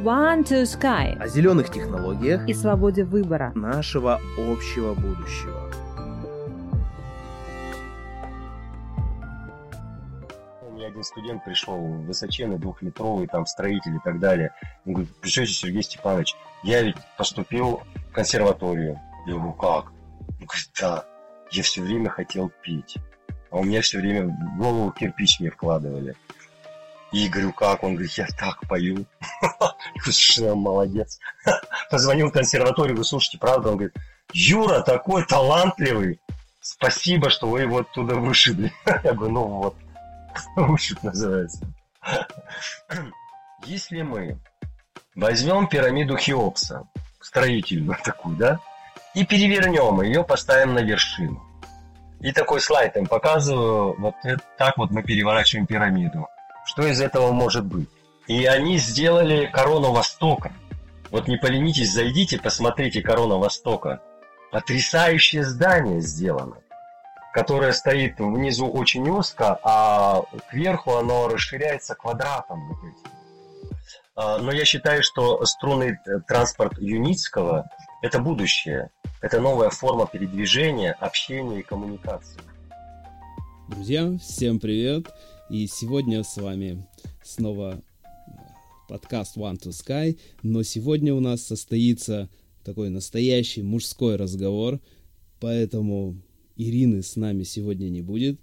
One to Sky. О зеленых технологиях И свободе выбора. нашего общего будущего. У меня один студент пришел, высоченный, двухметровый, там, строитель и так далее. Он говорит: приезжайте, Сергей Степанович, я ведь поступил в консерваторию. Я говорю: как? Он говорит: да, я все время хотел петь. А у меня все время в голову кирпич мне вкладывали. И говорю: как? Он говорит: я так пою. Я молодец. Позвонил в консерваторию: вы слушайте, правда? Он говорит: Юра такой талантливый. Спасибо, что вы его оттуда вышибли. Я говорю: ну вот. Вышиб называется. Если мы возьмем пирамиду Хеопса, строительную такую, да, и перевернем ее, поставим на вершину. И такой слайд им показываю, вот так вот мы переворачиваем пирамиду. Что из этого может быть? И они сделали корону Востока. Вот не поленитесь, зайдите, посмотрите корону Востока. Потрясающее здание сделано, которое стоит внизу очень узко, а кверху оно расширяется квадратом. Вот этим. Но я считаю, что струнный транспорт Юницкого – это будущее. Это новая форма передвижения, общения и коммуникации. Друзья, всем привет! И сегодня с вами снова подкаст One to Sky. Но сегодня у нас состоится такой настоящий мужской разговор, поэтому Ирины с нами сегодня не будет.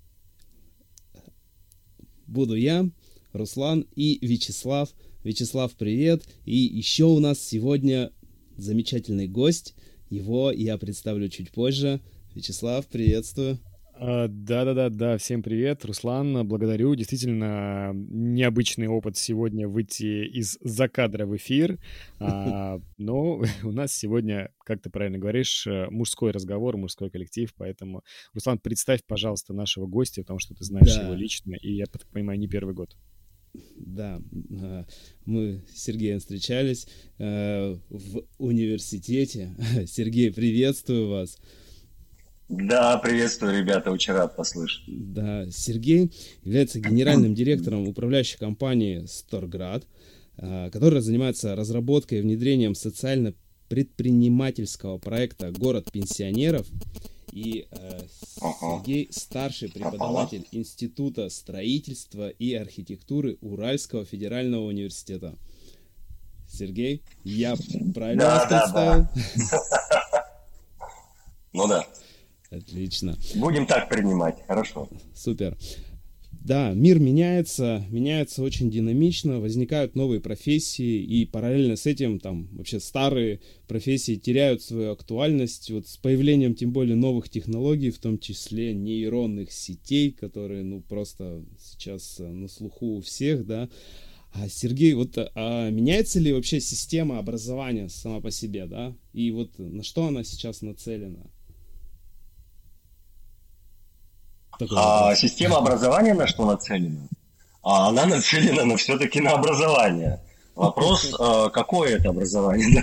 Буду я, Руслан и Вячеслав. Вячеслав, привет! И еще у нас сегодня замечательный гость. Его я представлю чуть позже. Вячеслав, приветствую. Да, всем привет, Руслан, благодарю. Действительно, необычный опыт сегодня выйти из-за кадра в эфир, но у нас сегодня, как ты правильно говоришь, мужской разговор, мужской коллектив, поэтому, Руслан, представь, пожалуйста, нашего гостя, потому что ты знаешь его лично, и я так понимаю, не первый год. Да, мы с Сергеем встречались в университете. Сергей, приветствую вас. Да, приветствую, ребята, очень рад послышать. Да, Сергей является генеральным директором управляющей компании Сторград, которая занимается разработкой и внедрением социально-предпринимательского проекта «Город пенсионеров». И Сергей старший преподаватель Института строительства и архитектуры Уральского федерального университета. Сергей, я правильно вас представил? Ну да. Отлично. Будем так принимать, хорошо. Супер. Да, мир меняется очень динамично, возникают новые профессии, и параллельно с этим там вообще старые профессии теряют свою актуальность. Вот с появлением тем более новых технологий, в том числе нейронных сетей, которые просто сейчас на слуху у всех, да. Сергей, меняется ли вообще система образования сама по себе, да? И вот на что она сейчас нацелена? Система образования на что нацелена? Она нацелена все-таки на образование. Вопрос, какое это образование?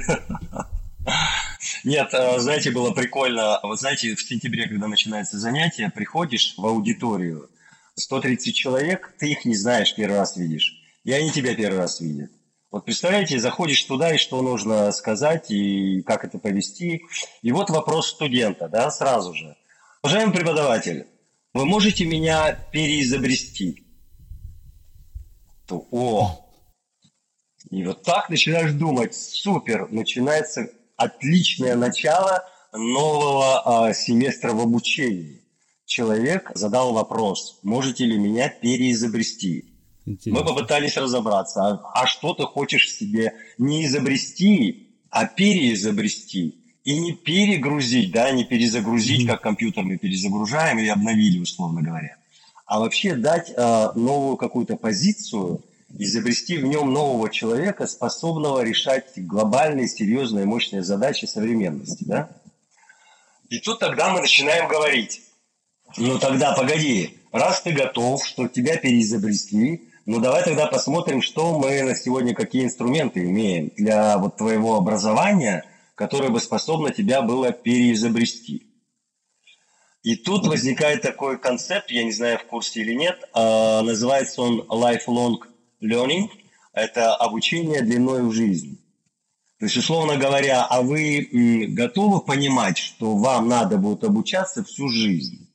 Нет, знаете, было прикольно. Вот знаете, в сентябре, когда начинается занятие, приходишь в аудиторию, 130 человек, ты их не знаешь, первый раз видишь. И они тебя первый раз видят. Вот представляете, заходишь туда, и что нужно сказать, и как это повести. И вот вопрос студента, да, сразу же. Уважаемый преподаватель, вы можете меня переизобрести? И вот так начинаешь думать, супер, начинается отличное начало нового семестра в обучении. Человек задал вопрос: можете ли меня переизобрести? Интересно. Мы попытались разобраться, а что ты хочешь себе не изобрести, а переизобрести. И не перегрузить, да, не перезагрузить, как компьютер мы перезагружаем или обновили, условно говоря. А вообще дать новую какую-то позицию, изобрести в нем нового человека, способного решать глобальные, серьезные, мощные задачи современности, да? И тут тогда мы начинаем говорить: ну тогда погоди, раз ты готов, что тебя переизобрести, ну давай тогда посмотрим, что мы на сегодня, какие инструменты имеем для вот твоего образования, которое бы способно тебя было переизобрести. И тут возникает такой концепт, я не знаю, в курсе или нет, называется он lifelong learning. это обучение длиной в жизнь. То есть, условно говоря, а вы готовы понимать, что вам надо будет обучаться всю жизнь?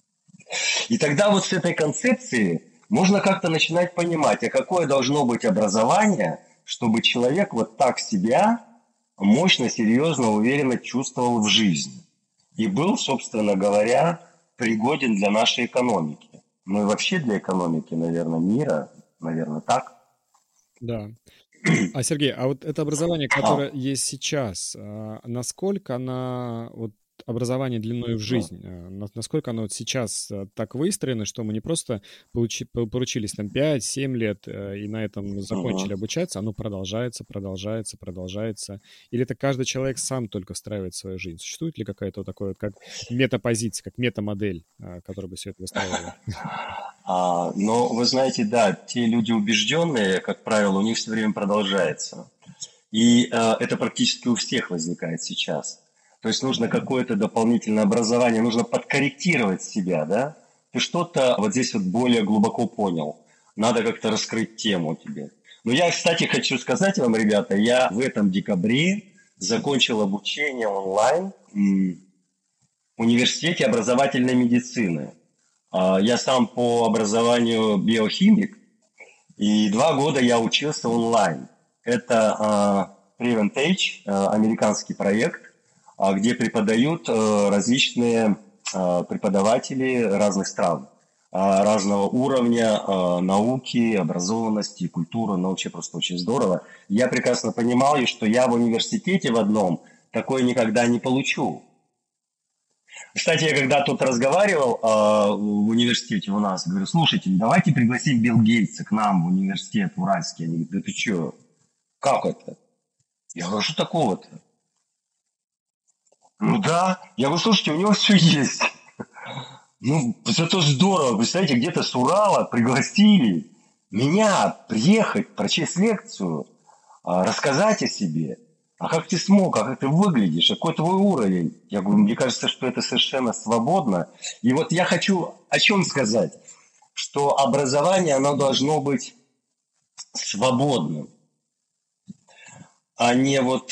И тогда вот с этой концепции можно как-то начинать понимать, а какое должно быть образование, чтобы человек вот так себя мощно, серьезно, уверенно чувствовал в жизни. И был, собственно говоря, пригоден для нашей экономики. Ну и вообще для экономики, наверное, мира, наверное, так. Да. А, Сергей, а вот это образование, которое есть сейчас, насколько оно, вот образование длиной в жизнь, насколько оно вот сейчас так выстроено, что мы не просто поручились там 5-7 лет и на этом закончили обучаться, оно продолжается, или это каждый человек сам только встраивает в свою жизнь? Существует ли какая-то вот такая вот как метапозиция, как метамодель, которая бы все это выстраивала? Но вы знаете, да, те люди убежденные, как правило, у них все время продолжается. И это практически у всех возникает сейчас. То есть нужно какое-то дополнительное образование, нужно подкорректировать себя, да? Ты что-то вот здесь вот более глубоко понял. Надо как-то раскрыть тему тебе. Но я, кстати, хочу сказать вам, ребята, я в этом декабре закончил обучение онлайн в университете образовательной медицины. Я сам по образованию биохимик, и 2 года я учился онлайн. Это Preventage, американский проект, где преподают различные преподаватели разных стран, разного уровня науки, образованности, культуры, но вообще просто очень здорово. Я прекрасно понимал, что я в университете в одном такое никогда не получу. Кстати, я когда тут разговаривал в университете у нас, говорю, слушайте, давайте пригласим Билл Гейтса к нам в университет в Уральский. Они говорят, да ты что, как это? Я говорю, что такого-то? Ну да, я говорю, слушайте, у него все есть. Ну, зато здорово, представляете, где-то с Урала пригласили меня приехать, прочесть лекцию, рассказать о себе. А как ты смог, а как ты выглядишь, а какой твой уровень? Я говорю, мне кажется, что это совершенно свободно. И вот я хочу о чем сказать, что образование, оно должно быть свободным, а не вот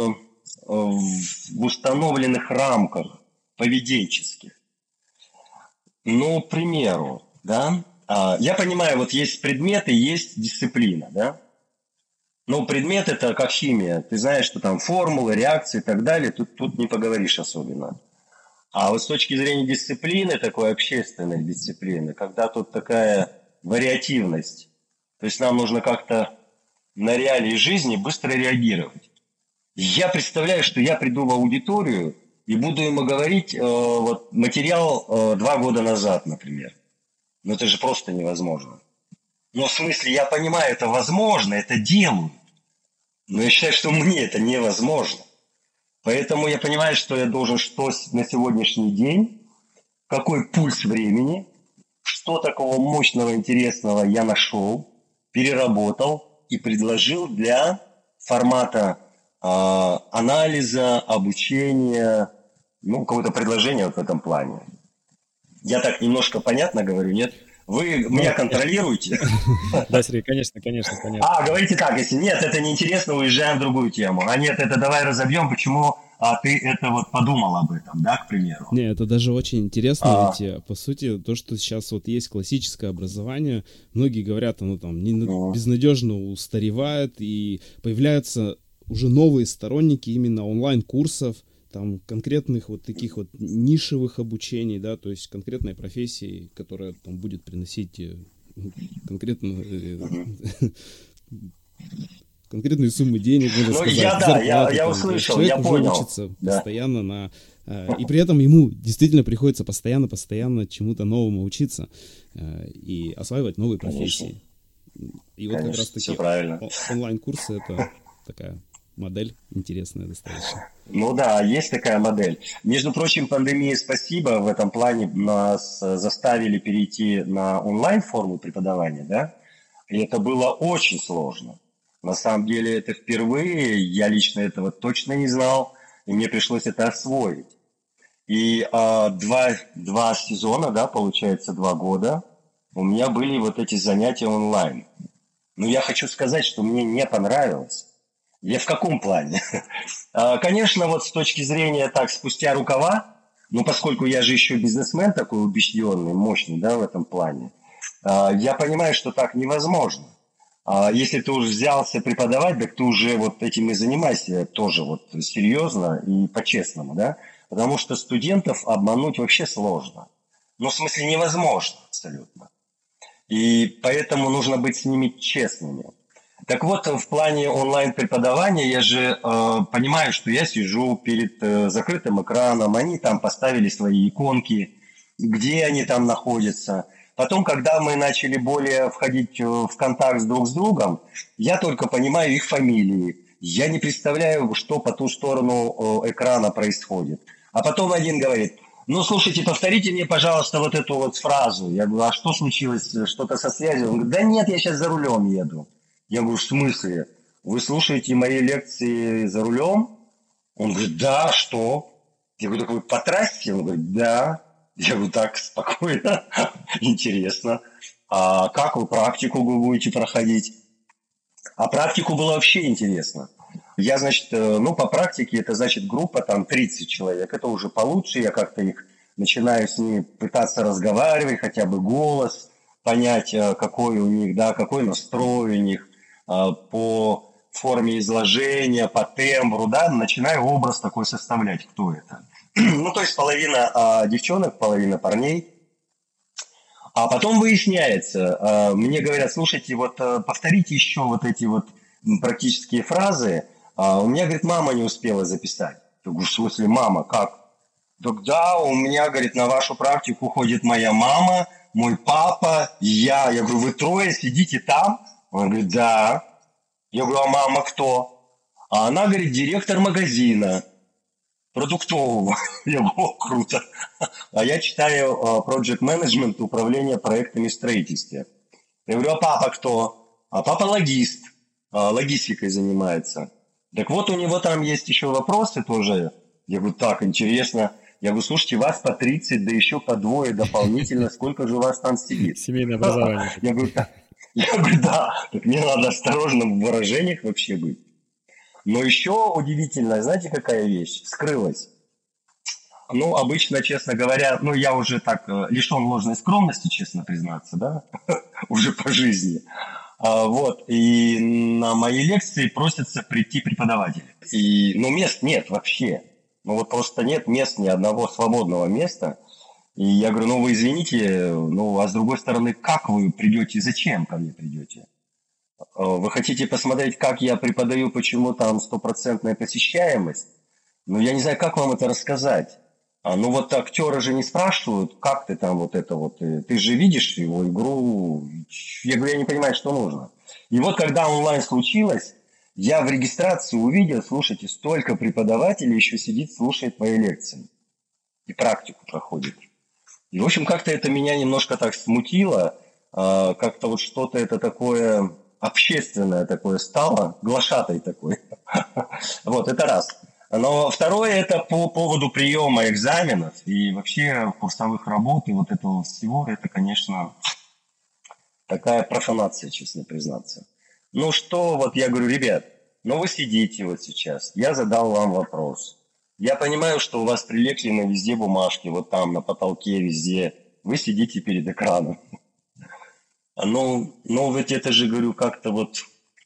в установленных рамках поведенческих. Ну, к примеру, да, я понимаю, вот есть предметы, есть дисциплина, да. Ну, предмет это как химия. Ты знаешь, что там формулы, реакции и так далее. Тут не поговоришь особенно. А вот с точки зрения дисциплины, такой общественной дисциплины, когда тут такая вариативность, то есть нам нужно как-то на реалии жизни быстро реагировать. Я представляю, что я приду в аудиторию и буду ему говорить вот, материал 2 года назад, например. Но это же просто невозможно. Но в смысле, я понимаю, это возможно, это делают. Но я считаю, что мне это невозможно. Поэтому я понимаю, что я должен что на сегодняшний день, какой пульс времени, что такого мощного, интересного я нашел, переработал и предложил для формата анализа, обучения, ну, какое-то предложение вот в этом плане. Я так немножко понятно говорю, нет? Вы меня контролируете? Да, Сергей, конечно, понятно. Говорите так, если нет, это неинтересно, уезжаем в другую тему. А нет, это давай разобьем, почему ты это вот подумал об этом, да, к примеру. Не, это даже очень интересно, ведь, по сути, то, что сейчас вот есть классическое образование, многие говорят, оно там безнадежно устаревает, и появляются уже новые сторонники именно онлайн-курсов, там конкретных вот таких вот нишевых обучений, да, то есть конкретной профессии, которая там будет приносить конкретные суммы денег, можно сказать, я услышал, я понял. Человек учится постоянно и при этом ему действительно приходится постоянно чему-то новому учиться и осваивать новые профессии. И вот как раз таки онлайн-курсы — это такая модель интересная достаточно. Ну да, есть такая модель. Между прочим, пандемии спасибо. В этом плане нас заставили перейти на онлайн-форму преподавания, да? И это было очень сложно. На самом деле это впервые, я лично этого точно не знал, и мне пришлось это освоить. И два сезона, да, получается 2 года, у меня были вот эти занятия онлайн. Но я хочу сказать, что мне не понравилось. Я в каком плане? Конечно, вот с точки зрения так, спустя рукава, ну, поскольку я же еще бизнесмен такой убежденный, мощный, да, в этом плане, я понимаю, что так невозможно. Если ты уже взялся преподавать, так ты уже вот этим и занимайся тоже вот серьезно и по-честному, да, потому что студентов обмануть вообще сложно. Ну, в смысле, невозможно абсолютно. И поэтому нужно быть с ними честными. Так вот, в плане онлайн-преподавания я же понимаю, что я сижу перед закрытым экраном, они там поставили свои иконки, где они там находятся. Потом, когда мы начали более входить в контакт друг с другом, я только понимаю их фамилии. Я не представляю, что по ту сторону экрана происходит. А потом один говорит: ну, слушайте, повторите мне, пожалуйста, вот эту вот фразу. Я говорю: а что случилось? Что-то со связью? Он говорит: да нет, я сейчас за рулем еду. Я говорю: в смысле? Вы слушаете мои лекции за рулем? Он говорит: да, что? Я говорю: так вы по трассе? Он говорит: да. Я говорю: так, спокойно, интересно. А как вы практику будете проходить? А практику было вообще интересно. Я, значит, ну, по практике, это, значит, группа, там, 30 человек. Это уже получше, я как-то их начинаю с ними пытаться разговаривать, хотя бы голос, понять, какой у них, да, какой настрой у них, по форме изложения, по тембру, да, начинаю образ такой составлять, кто это. Ну, то есть половина девчонок, половина парней. А потом выясняется, мне говорят: слушайте, вот повторите еще вот эти вот практические фразы. У меня, говорит, мама не успела записать. Я говорю: в смысле мама, как? Так да, у меня, говорит, на вашу практику ходит моя мама, мой папа, я. Я говорю: вы трое сидите там? Он говорит: да. Я говорю: а мама кто? А она, говорит, директор магазина продуктового. Я говорю: круто. А я читаю Project Management, управление проектами в строительстве. Я говорю: а папа кто? А папа логист, логистикой занимается. Так вот, у него там есть еще вопросы тоже. Я говорю: так, интересно. Я говорю: слушайте, вас по 30, да еще по двое дополнительно. Сколько же у вас там сидит? Семейное образование. Я говорю: да. Так мне надо осторожным в выражениях вообще быть. Но еще удивительно, знаете, какая вещь вскрылась? Ну, обычно, честно говоря, ну, я уже так лишен ложной скромности, честно признаться, да, уже по жизни. Вот, и на мои лекции просятся прийти преподаватели. И, ну, мест нет вообще. Ну, вот просто нет мест, ни одного свободного места. И я говорю: ну, вы извините, ну, а с другой стороны, как вы придете, зачем ко мне придете? Вы хотите посмотреть, как я преподаю, почему там 100% посещаемость? Ну, я не знаю, как вам это рассказать. Ну, вот актеры же не спрашивают, как ты там вот это вот. Ты же видишь его игру. Я говорю: я не понимаю, что нужно. И вот когда онлайн случилось, я в регистрации увидел: слушайте, столько преподавателей еще сидит, слушает мои лекции. И практику проходит. И, в общем, как-то это меня немножко так смутило. Как-то вот что-то это такое общественное такое стало, глашатай такой. Вот, это раз. Но второе, это по поводу приема экзаменов и вообще курсовых работ и вот этого всего, это, конечно, такая профанация, честно признаться. Ну что, вот я говорю: ребят, ну вы сидите вот сейчас, я задал вам вопрос. Я понимаю, что у вас прилеплены везде бумажки, вот там на потолке везде. Вы сидите перед экраном. Ну, ведь это же, говорю, как-то вот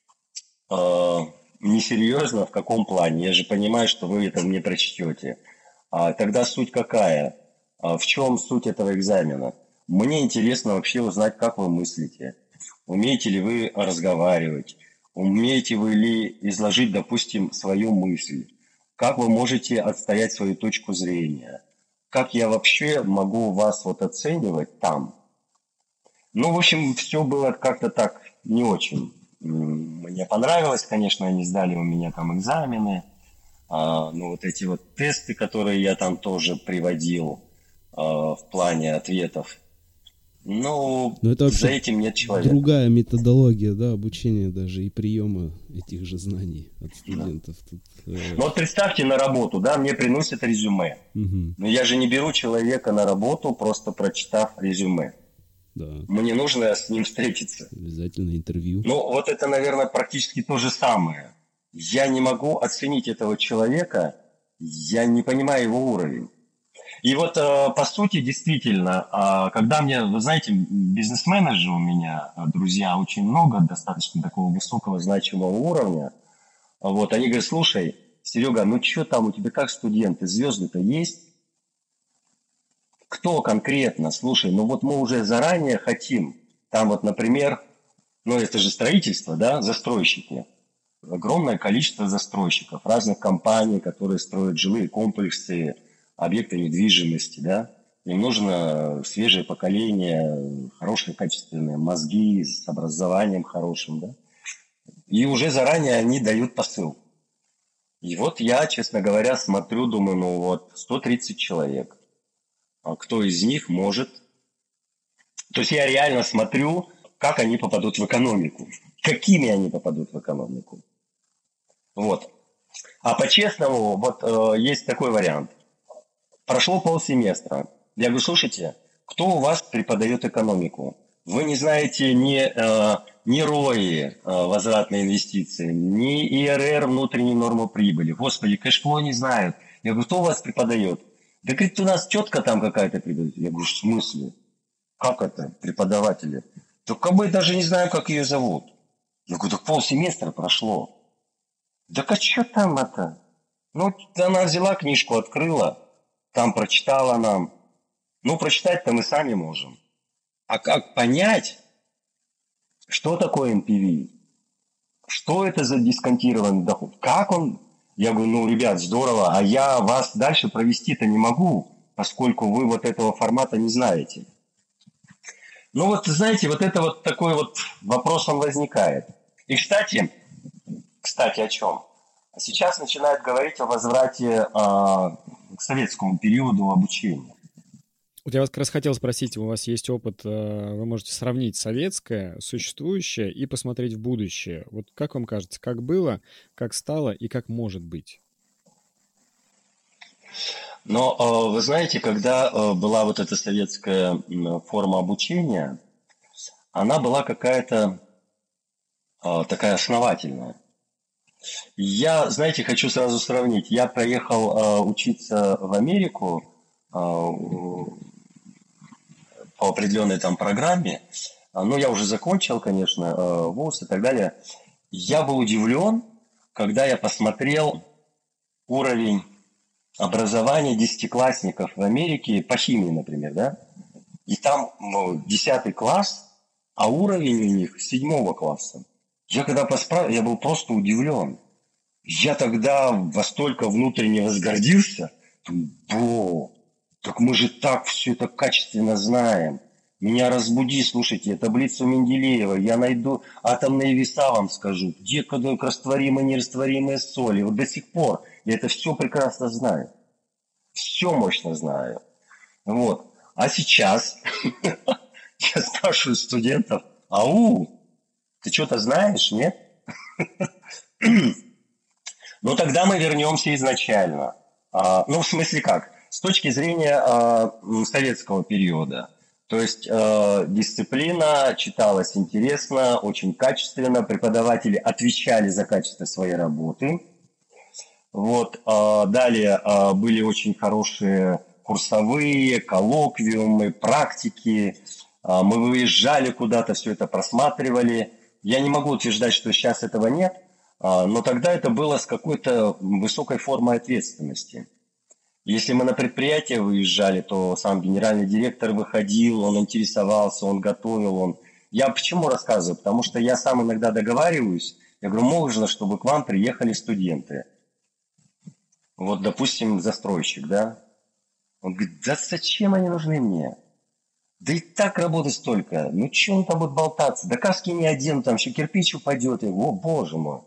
несерьезно, в каком плане? Я же понимаю, что вы это не прочтете. Тогда суть какая? В чем суть этого экзамена? Мне интересно вообще узнать, как вы мыслите. Умеете ли вы разговаривать? Умеете вы ли изложить, допустим, свою мысль? Как вы можете отстоять свою точку зрения? Как я вообще могу вас вот оценивать там? Ну, в общем, все было как-то так не очень. Мне понравилось, конечно, они сдали у меня там экзамены. Ну, вот эти вот тесты, которые я там тоже приводил в плане ответов. Ну, это вообще за этим нет человека. Другая методология, да, обучения даже и приема этих же знаний от студентов. Да. Тут, Ну, вот представьте на работу, да, мне приносят резюме. Угу. Но я же не беру человека на работу, просто прочитав резюме. Да. Мне нужно с ним встретиться. Обязательно интервью. Ну, вот это, наверное, практически то же самое. Я не могу оценить этого человека, я не понимаю его уровень. И вот, по сути, действительно, когда мне, вы знаете, бизнесмены же у меня, друзья, очень много, достаточно такого высокого значимого уровня, вот, они говорят, слушай, Серега, ну что там у тебя, как студенты, звезды-то есть? Кто конкретно? Слушай, ну вот мы уже заранее хотим, там вот, например, ну это же строительство, да, застройщики. Огромное количество застройщиков, разных компаний, которые строят жилые комплексы, объекты недвижимости, да. Им нужно свежее поколение, хорошие качественные мозги с образованием хорошим, да. И уже заранее они дают посыл. И вот я, честно говоря, смотрю, думаю, ну вот 130 человек. А кто из них может... То есть я реально смотрю, как они попадут в экономику. Какими они попадут в экономику. Вот. А по-честному, вот есть такой вариант. Прошло полсеместра. Я говорю, слушайте, кто у вас преподает экономику? Вы не знаете ни РОИ, возвратные инвестиции, ни ИРР, внутреннюю норму прибыли. Господи, кэшфлоу не знают. Я говорю, кто у вас преподает? Да, говорит, у нас тетка там какая-то преподает. Я говорю, в смысле? Как это, преподаватели? Только мы даже не знаем, как ее зовут. Я говорю, так полсеместра прошло. Да а что там это? Ну, она взяла книжку, открыла, там прочитала нам. Ну, прочитать-то мы сами можем. А как понять, что такое NPV? Что это за дисконтированный доход? Как он? Я говорю, ну, ребят, здорово, а я вас дальше провести-то не могу, поскольку вы вот этого формата не знаете. Ну, вот, знаете, вот это вот такой вот вопрос он возникает. И, кстати, о чем? Сейчас начинают говорить о возврате к советскому периоду обучения. Вот я вас как раз хотел спросить, у вас есть опыт, вы можете сравнить советское, существующее и посмотреть в будущее. Вот как вам кажется, как было, как стало и как может быть? Но вы знаете, когда была вот эта советская форма обучения, она была какая-то такая основательная. Я, знаете, хочу сразу сравнить. Я поехал учиться в Америку по определенной там программе. Но я уже закончил, конечно, вуз и так далее. Я был удивлен, когда я посмотрел уровень образования десятиклассников в Америке по химии, например, да? И там 10 класс, а уровень у них 7 класса. Я когда поспрашивал, я был просто удивлен. Я тогда во столько внутренне возгордился. Думаю, так мы же так все это качественно знаем. Меня разбуди, слушайте, таблицу Менделеева, я найду атомные веса, вам скажу, где растворимые, нерастворимые соли. Вот до сих пор я это все прекрасно знаю. Все мощно знаю. Вот. А сейчас я спрашиваю студентов, ты что-то знаешь, нет? Ну, тогда мы вернемся изначально. Ну, в смысле как? С точки зрения советского периода. То есть дисциплина читалась интересно, очень качественно, преподаватели отвечали за качество своей работы. Вот, далее были очень хорошие курсовые, коллоквиумы, практики. Мы выезжали куда-то, все это просматривали. Я не могу утверждать, что сейчас этого нет, но тогда это было с какой-то высокой формой ответственности. Если мы на предприятие выезжали, то сам генеральный директор выходил, он интересовался, он готовил. Я почему рассказываю? Потому что я сам иногда договариваюсь. Я говорю, можно, чтобы к вам приехали студенты. Вот, допустим, застройщик, да? Он говорит, да зачем они нужны мне? Да и так работы столько. Ну, что он там будет болтаться? Да каски не один, там еще кирпич упадет. О, боже мой.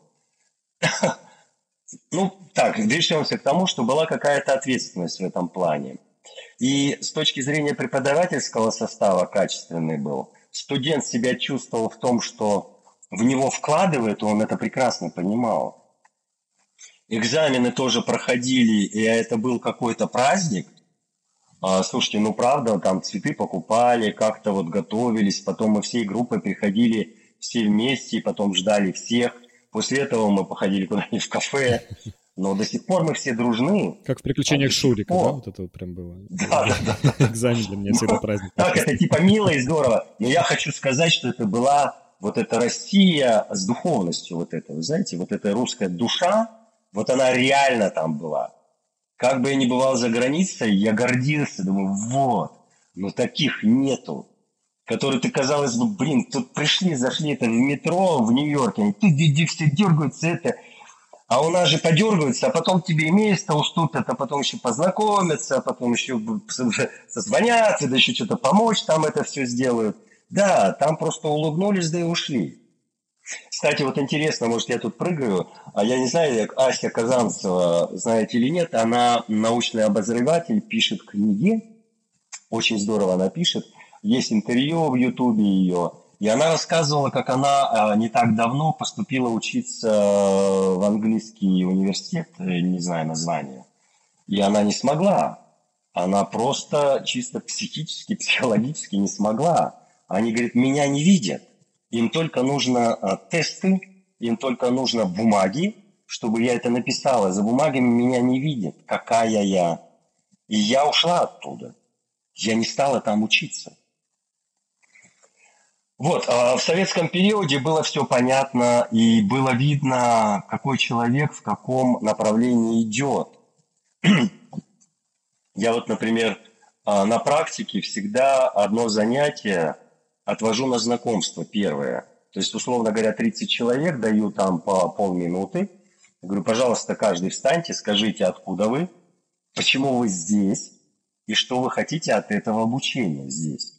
Ну, так, вернемся к тому, что была какая-то ответственность в этом плане. И с точки зрения преподавательского состава качественный был. Студент себя чувствовал в том, что в него вкладывает, он это прекрасно понимал. Экзамены тоже проходили, и это был какой-то праздник. Слушайте, ну правда, там цветы покупали, как-то вот готовились, потом мы всей группой приходили все вместе, и потом ждали всех. После этого мы походили куда-нибудь в кафе, но до сих пор мы все дружны. Как в «Приключениях Шурика», да? Вот это вот прям было. Да. Экзамен для меня всегда праздник. Так, это типа мило и здорово. Но я хочу сказать, что это была вот эта Россия с духовностью вот этой. Вы знаете, вот эта русская душа, вот она реально там была. Как бы я ни бывал за границей, я гордился, думаю, вот, но таких нету. Которые ты, казалось бы, блин, тут пришли, зашли это в метро в Нью-Йорке, они тут все дергаются, это. А у нас же подергаются, а потом тебе место уступят, а потом еще познакомятся, а потом еще созвонятся, да еще что-то помочь, там это все сделают. Да, там просто улыбнулись, да и ушли. Кстати, вот интересно, может, я тут прыгаю, а я не знаю, Ася Казанцева, знаете или нет, она научный обозреватель, пишет книги, очень здорово она пишет, есть интервью в Ютубе ее, и она рассказывала, как она не так давно поступила учиться в английский университет, не знаю название, и она не смогла, она просто чисто психически, психологически не смогла. Они, говорят, меня не видят. Им только нужно тесты, им только нужно бумаги, чтобы я это написала. За бумагами меня не видят, какая я. И я ушла оттуда. Я не стала там учиться. Вот, в советском периоде было все понятно, и было видно, какой человек в каком направлении идет. Я вот, например, на практике всегда одно занятие отвожу на знакомство первое. То есть, условно говоря, 30 человек, даю там по полминуты. Я говорю, пожалуйста, каждый встаньте, скажите, откуда вы, почему вы здесь и что вы хотите от этого обучения здесь.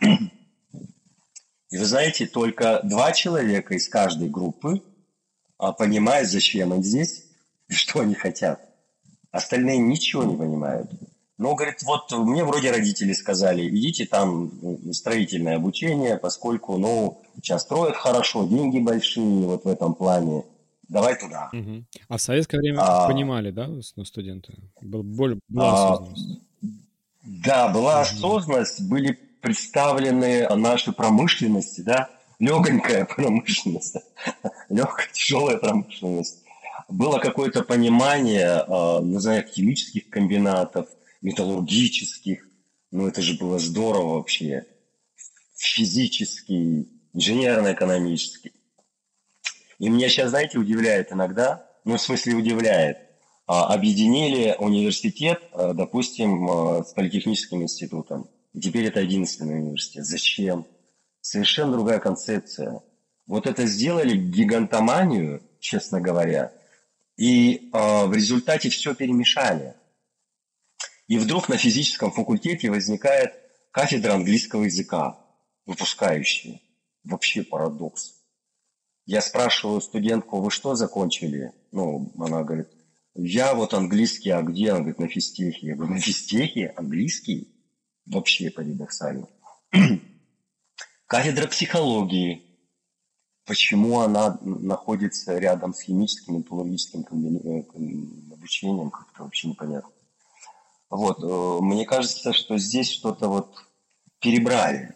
И вы знаете, только 2 человека из каждой группы понимают, зачем они здесь и что они хотят. Остальные ничего не понимают. Ну, говорит, вот мне вроде родители сказали, идите там строительное обучение, поскольку, ну, сейчас строят хорошо, деньги большие вот в этом плане, давай туда. Угу. А в советское время понимали, да, студенты? Была осознанность? Да, была осознанность, были представлены наши промышленности, да, легонькая промышленность, легкая, тяжелая промышленность. Было какое-то понимание, не знаю, химических комбинатов, металлургических, ну это же было здорово вообще, физический, инженерно-экономический. И меня сейчас, знаете, удивляет иногда, ну в смысле удивляет, объединили университет, допустим, с политехническим институтом, и теперь это единственный университет. Зачем? Совершенно другая концепция. Вот это сделали гигантоманию, честно говоря, и в результате все перемешали. И вдруг на физическом факультете возникает кафедра английского языка, выпускающая. Вообще парадокс. Я спрашиваю студентку, вы что закончили? Ну, она говорит, я вот английский, а где? Она говорит, на физтехе. Я говорю, на физтехе? Английский? Вообще парадоксально. Кафедра психологии. Почему она находится рядом с химическим и металлургическим обучением, как-то вообще непонятно. Вот, мне кажется, что здесь что-то вот перебрали.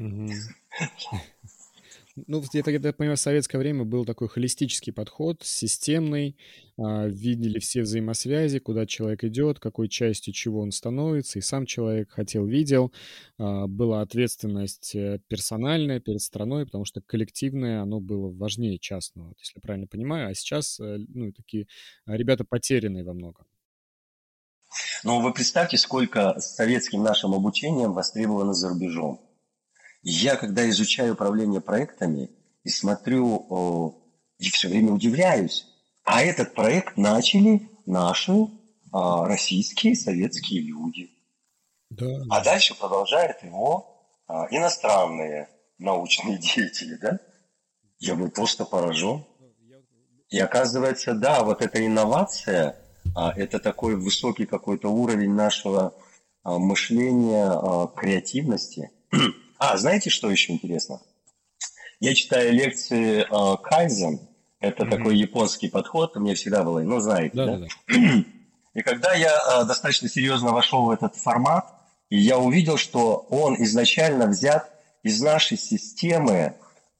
Ну, я так понимаю, в советское время был такой холистический подход, системный, видели все взаимосвязи, куда человек идет, какой частью чего он становится, и сам человек хотел, видел. Была ответственность персональная перед страной, потому что коллективное, оно было важнее частного, если я правильно понимаю. А сейчас, ну, такие ребята потерянные во многом. Но вы представьте, сколько с советским нашим обучением востребовано за рубежом. Я, когда изучаю управление проектами и смотрю, и все время удивляюсь, а этот проект начали наши российские, советские люди. Да. А дальше продолжают его иностранные научные деятели, да? Я был просто поражен. И оказывается, да, вот эта инновация, это такой высокий какой-то уровень нашего мышления, креативности. Знаете, что еще интересно? Я читаю лекции Кайдзен. Это такой японский подход. Мне всегда было, ну, знаете, да? И когда я достаточно серьезно вошел в этот формат, И я увидел, что он изначально взят из нашей системы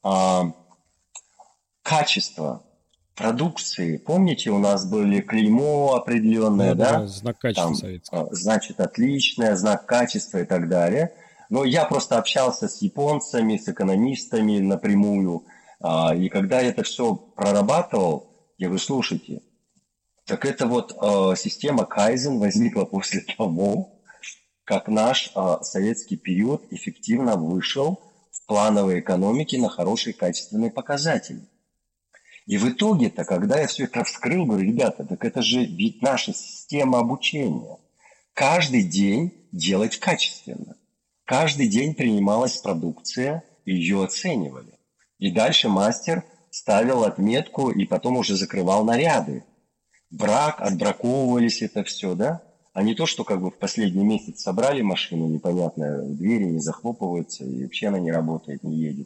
качества продукции. Помните, у нас были клеймо определенное, да? Знак качества Там, советский. значит, отличное, знак качества и так далее. Но я просто общался с японцами, с экономистами напрямую. И когда я это все прорабатывал, я говорю, слушайте, так это вот система Кайзен возникла после того, как наш советский период эффективно вышел в плановой экономике на хорошие качественные показатели. И в итоге-то, когда я все это вскрыл, говорю, ребята, так это же ведь наша система обучения. Каждый день делать качественно. Каждый день принималась продукция, ее оценивали. И дальше мастер ставил отметку и потом уже закрывал наряды. Отбраковывались это все, да? А не то, что как бы в последний месяц собрали машину непонятно, двери не захлопываются и вообще она не работает, не едет.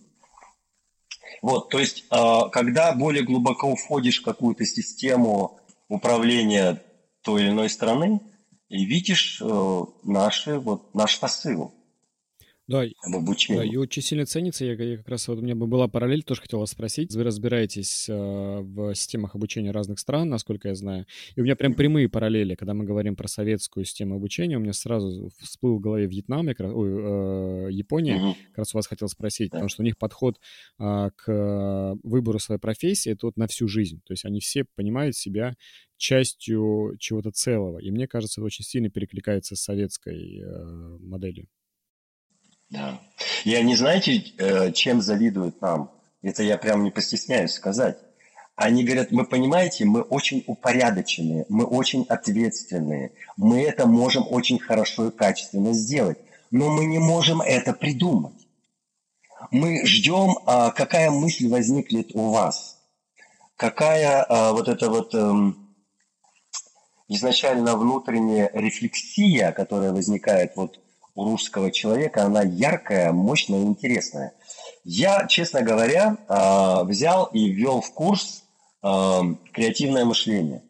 Вот, то есть, когда более глубоко входишь в какую-то систему управления той или иной страны, и видишь наш посыл. Да, об обучении. Да, и очень сильно ценится. Я как раз, вот у меня была параллель, тоже хотел вас спросить. Вы разбираетесь в системах обучения разных стран, насколько я знаю. И у меня прям прямые параллели. Когда мы говорим про советскую систему обучения, у меня сразу всплыл в голове Вьетнам, Япония. Как раз у вас хотел спросить, потому что у них подход к выбору своей профессии это вот на всю жизнь. То есть они все понимают себя частью чего-то целого. И мне кажется, это очень сильно перекликается с советской моделью. Да. И они, знаете, чем завидуют нам? Это я прям не постесняюсь сказать. Они говорят, вы понимаете, мы очень упорядоченные, мы очень ответственные, мы это можем очень хорошо и качественно сделать, но мы не можем это придумать. Мы ждем, какая мысль возникнет у вас, какая изначально внутренняя рефлексия, которая возникает у русского человека, она яркая, мощная и интересная. Я, честно говоря, взял и ввел в курс креативное мышление.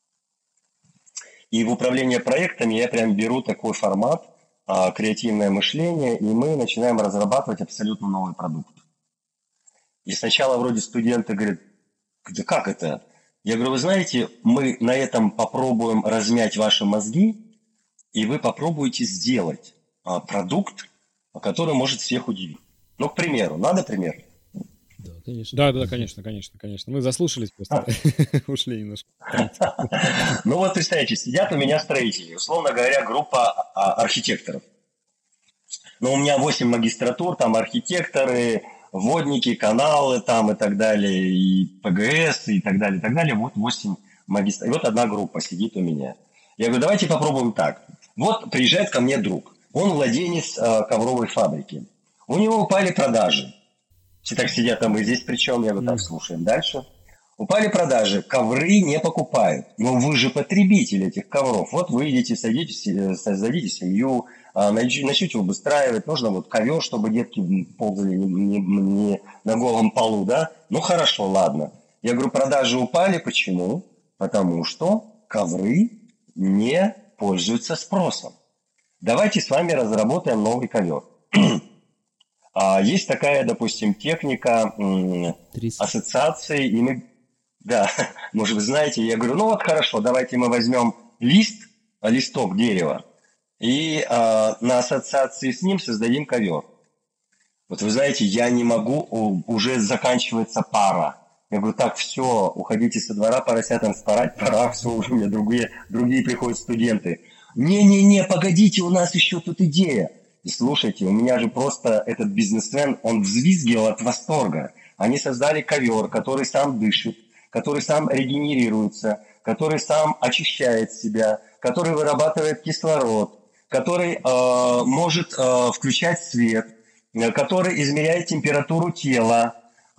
И в управлении проектами я прям беру такой формат креативное мышление, и мы начинаем разрабатывать абсолютно новый продукт. И сначала вроде студенты говорят, да как это? Я говорю, вы знаете, мы на этом попробуем размять ваши мозги, и вы попробуете сделать продукт, который может всех удивить. Ну, к примеру, надо пример? Да, конечно. Да, конечно. Мы заслушались просто, ушли немножко. Ну вот, представляете, сидят у меня строители, условно говоря, группа архитекторов. Ну, у меня 8 магистратур, там архитекторы, водники, каналы там и так далее, и ПГС и так далее, и так далее. Вот 8 магистратур. И вот одна группа сидит у меня. Я говорю, давайте попробуем так. Вот приезжает ко мне друг. Он владелец ковровой фабрики. У него упали продажи. Все так сидят, а мы здесь причем? Я говорю, так, слушаем дальше. Упали продажи, ковры не покупают. Но вы же потребитель этих ковров. Вот вы идете, создадите семью, начнете обустраивать. Нужно ковер, чтобы детки ползали не на голом полу, да? Ну хорошо, ладно. Я говорю, продажи упали. Почему? Потому что ковры не пользуются спросом. Давайте с вами разработаем новый ковер. Есть такая, допустим, техника ассоциации, и мы, да, может вы знаете, я говорю, ну вот хорошо, давайте мы возьмем листок дерева, и на ассоциации с ним создадим ковер. Вот вы знаете, я не могу, уже заканчивается пара. Я говорю, так, все, уходите со двора, поросятам спорать, пора, все, уже у меня другие приходят студенты. Не, погодите, у нас еще тут идея. И слушайте, у меня же просто этот бизнесмен, он взвизгивал от восторга. Они создали ковер, который сам дышит, который сам регенерируется, который сам очищает себя, который вырабатывает кислород, который может включать свет, который измеряет температуру тела.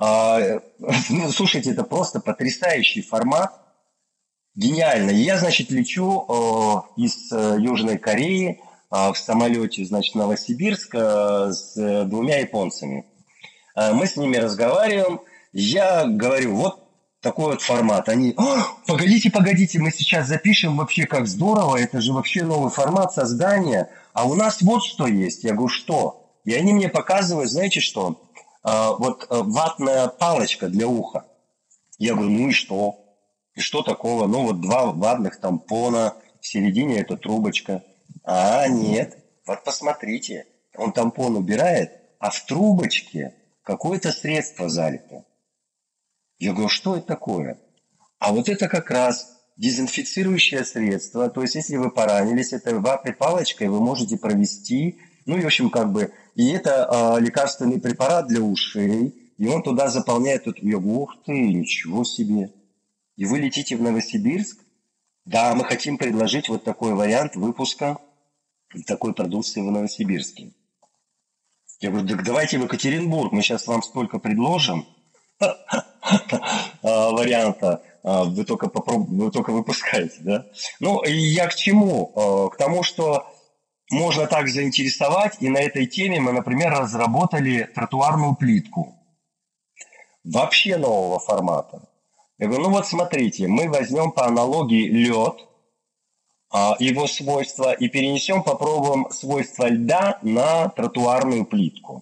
Слушайте, это просто потрясающий формат. Гениально. И я, значит, лечу из Южной Кореи в самолете, значит, Новосибирск с 2 японцами. Мы с ними разговариваем. Я говорю, вот такой вот формат. Они, погодите, мы сейчас запишем, вообще как здорово, это же вообще новый формат создания. а у нас вот что есть. Я говорю, что? И они мне показывают, знаете что? Ватная палочка для уха. Я говорю, ну и что? И что такого? Ну вот 2 ватных тампона, в середине это трубочка. А, нет, вот посмотрите, он тампон убирает, а в трубочке какое-то средство залито. Я говорю, что это такое? А вот это как раз дезинфицирующее средство. То есть, если вы поранились этой ватной палочкой, вы можете провести, ну и в общем и это лекарственный препарат для ушей, и он туда заполняет, я говорю, ух ты, ничего себе. И вы летите в Новосибирск? Да, мы хотим предложить вот такой вариант выпуска такой продукции в Новосибирске. Я говорю, так давайте в Екатеринбург, мы сейчас вам столько предложим варианта, вы только выпускаете, да? Ну, и я к чему? К тому, что можно так заинтересовать, и на этой теме мы, например, разработали тротуарную плитку. Вообще нового формата. Я говорю, ну вот смотрите, мы возьмем по аналогии лед, его свойства, и попробуем свойства льда на тротуарную плитку.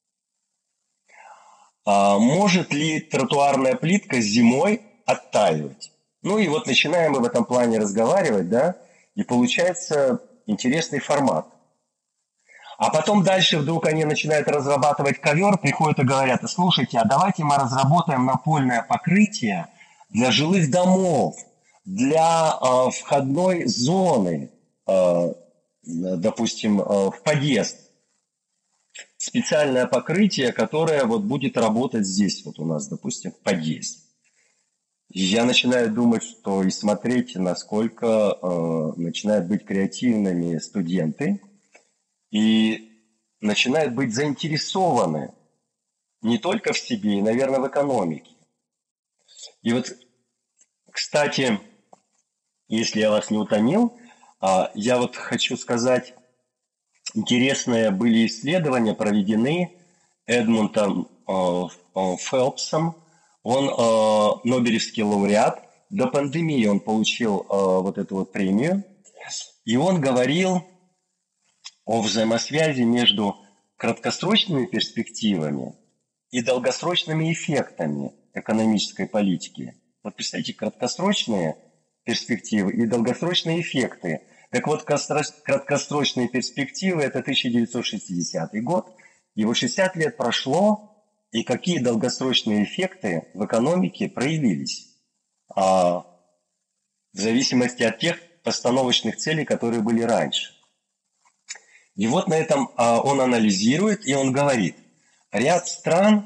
Может ли тротуарная плитка зимой оттаивать? Ну и вот начинаем мы в этом плане разговаривать, да, и получается интересный формат. А потом дальше вдруг они начинают разрабатывать ковер, приходят и говорят, слушайте, а давайте мы разработаем напольное покрытие для жилых домов, для входной зоны, допустим, в подъезд. Специальное покрытие, которое вот будет работать здесь вот у нас, допустим, в подъезде. И я начинаю думать, что и смотреть, насколько начинают быть креативными студенты и начинают быть заинтересованы не только в себе, и, наверное, в экономике. И вот, кстати, если я вас не утомил, я вот хочу сказать, интересные были исследования, проведены Эдмундом Фелпсом. Он нобелевский лауреат. До пандемии он получил вот эту вот премию. И он говорил о взаимосвязи между краткосрочными перспективами и долгосрочными эффектами экономической политики. Вот представьте, краткосрочные перспективы и долгосрочные эффекты. Так вот, краткосрочные перспективы – это 1960 год. Его 60 лет прошло, и какие долгосрочные эффекты в экономике проявились в зависимости от тех постановочных целей, которые были раньше. И вот на этом он анализирует, и он говорит, ряд стран,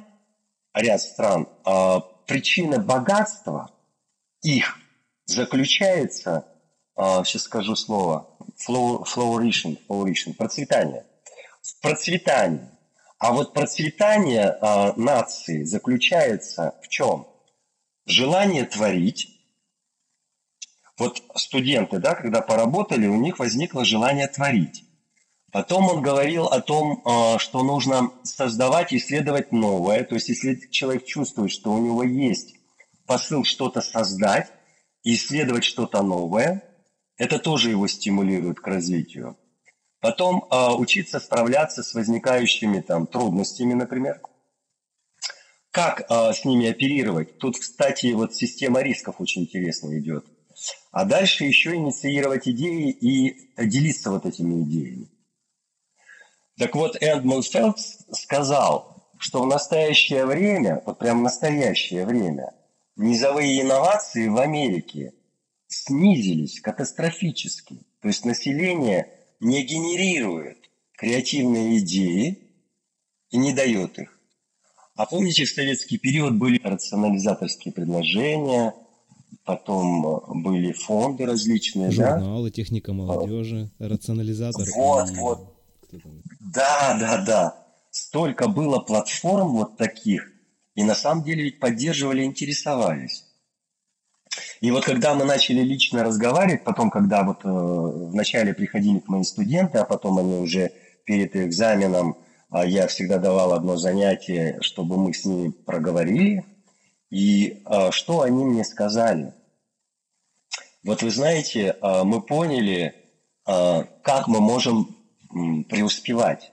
причина богатства их заключается, сейчас скажу слово, flourishing, процветание. В процветании. А вот процветание нации заключается в чем? Желание творить. Вот студенты, да, когда поработали, у них возникло желание творить. Потом он говорил о том, что нужно создавать, исследовать новое. То есть, если человек чувствует, что у него есть посыл что-то создать, исследовать что-то новое, это тоже его стимулирует к развитию. Потом учиться справляться с возникающими там трудностями, например. Как с ними оперировать? Тут, кстати, вот система рисков очень интересно идет. А дальше еще инициировать идеи и делиться вот этими идеями. Так вот, Эдмунд Фелпс сказал, что в настоящее время, вот прям в настоящее время, низовые инновации в Америке снизились катастрофически. То есть население не генерирует креативные идеи и не дает их. А помните, в советский период были рационализаторские предложения, потом были фонды различные, журналы, да? Техника молодежи, рационализатор. Вот. Да. Столько было платформ вот таких, и на самом деле ведь поддерживали, интересовались. И вот когда мы начали лично разговаривать, потом, когда вот вначале приходили к моим студенты, а потом они уже перед экзаменом, я всегда давал одно занятие, чтобы мы с ними проговорили, и что они мне сказали. Вот вы знаете, мы поняли, как мы можем преуспевать.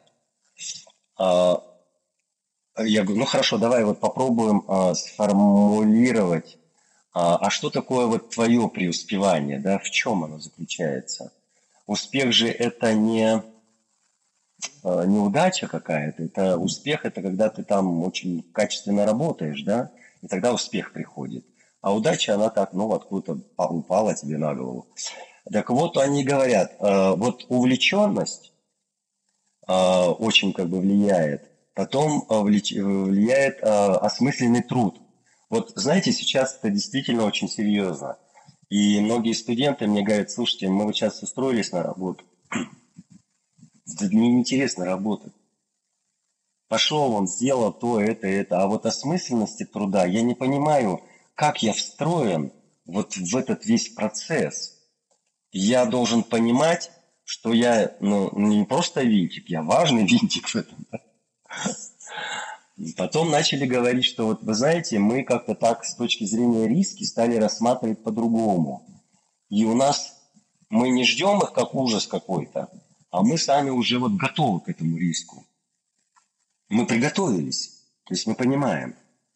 Я говорю, ну хорошо, давай вот попробуем сформулировать, а что такое вот твое преуспевание, да, в чем оно заключается? Успех же это не неудача какая-то, это успех, это когда ты там очень качественно работаешь, да, и тогда успех приходит. А удача, она так, ну, откуда-то упала тебе на голову. Так вот, они говорят, вот увлеченность очень как бы влияет, потом влияет осмысленный труд. Вот знаете, сейчас это действительно очень серьезно. И многие студенты мне говорят, слушайте, мы вот сейчас устроились на работу, мне неинтересно работать. Пошел он, сделал то, это. А вот осмысленности труда я не понимаю, как я встроен вот в этот весь процесс. Я должен понимать, что я не просто винтик, я важный винтик в этом. Потом начали говорить, что вот вы знаете, мы как-то так с точки зрения риски стали рассматривать по-другому. И у нас мы не ждем их как ужас какой-то, а мы сами уже вот готовы к этому риску. Мы приготовились, то есть мы понимаем.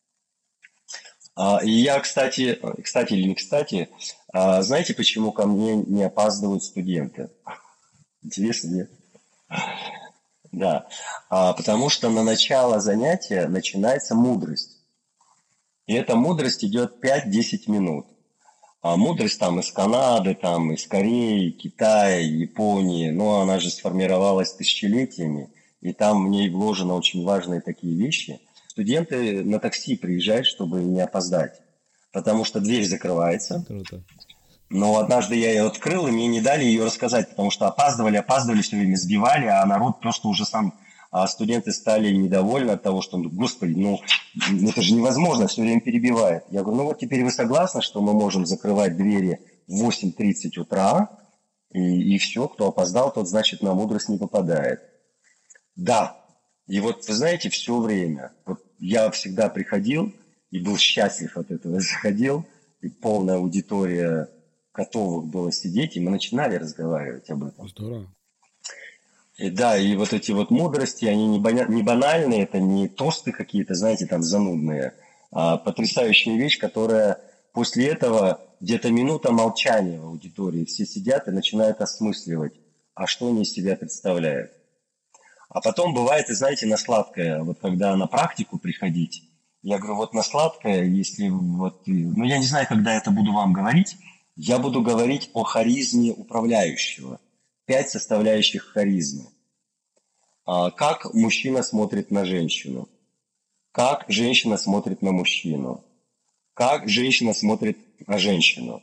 И я, кстати или не кстати, знаете, почему ко мне не опаздывают студенты? Интересно, нет? Да, потому что на начало занятия начинается мудрость. И эта мудрость идет 5-10 минут. А мудрость там из Канады, там из Кореи, Китая, Японии, но она же сформировалась тысячелетиями, и там в ней вложены очень важные такие вещи. Студенты на такси приезжают, чтобы не опоздать, потому что дверь закрывается. Круто. Но однажды я ее открыл, и мне не дали ее рассказать, потому что опаздывали, все время сбивали, а народ просто уже сам, студенты стали недовольны от того, что, господи, это же невозможно, все время перебивает. Я говорю, вот теперь вы согласны, что мы можем закрывать двери в 8:30 утра, и все, кто опоздал, тот, значит, на мудрость не попадает. Да, и вот, вы знаете, все время, вот я всегда приходил и был счастлив от этого, заходил, и полная аудитория готовых было сидеть, и мы начинали разговаривать об этом. Здорово. И да, и вот эти вот мудрости, они не банальные, это не тосты какие-то, знаете, там занудные, а потрясающая вещь, которая после этого где-то минута молчания в аудитории, все сидят и начинают осмысливать, а что они из себя представляют. А потом бывает, и знаете, на сладкое, вот когда на практику приходить, я говорю, вот на сладкое, если вот, я не знаю, когда это буду вам говорить, я буду говорить о харизме управляющего. 5 составляющих харизмы. Как мужчина смотрит на женщину. Как женщина смотрит на мужчину. Как женщина смотрит на женщину.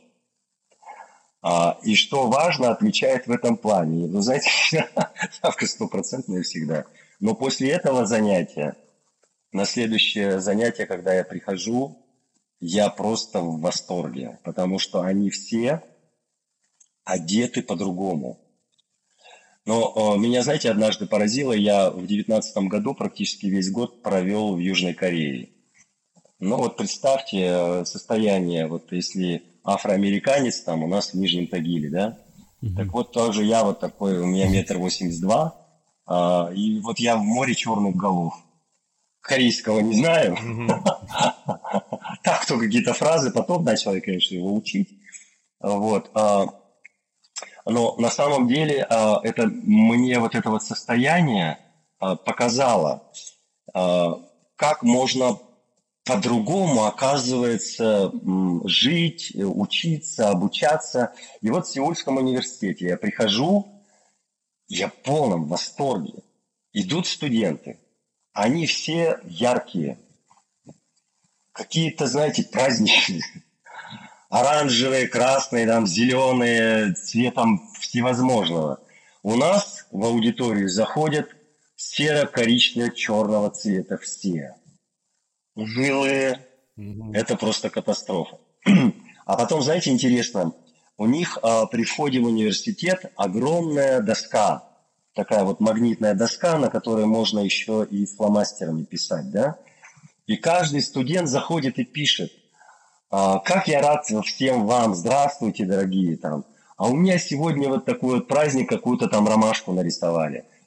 И что важно, отличает в этом плане. Вы знаете, ставка 100% всегда. Но после этого занятия, на следующее занятие, когда я прихожу, я просто в восторге, потому что они все одеты по-другому. Но меня, знаете, однажды поразило, я в 2019 году практически весь год провел в Южной Корее. Ну вот представьте состояние, вот если афроамериканец там у нас в Нижнем Тагиле, да? Так вот тоже я вот такой, у меня 1,82 м, и вот я в море черных голов. Корейского не знаю. Так, то какие-то фразы, потом начал я, конечно, его учить. Вот. Но на самом деле это мне вот это вот состояние показало, как можно по-другому, оказывается, жить, учиться, обучаться. И вот в Сеульском университете я прихожу, я в полном восторге. Идут студенты, они все яркие, какие-то, знаете, праздничные. Оранжевые, красные, там, зеленые, цветом всевозможного. У нас в аудиторию заходят серо-коричнево-черного цвета все. Унылые. Это просто катастрофа. А потом, знаете, интересно, у них при входе в университет огромная доска, такая вот магнитная доска, на которой можно еще и фломастерами писать, да? И каждый студент заходит и пишет: как я рад всем вам, здравствуйте, дорогие, там. А у меня сегодня вот такой вот праздник, какую-то там ромашку нарисовали.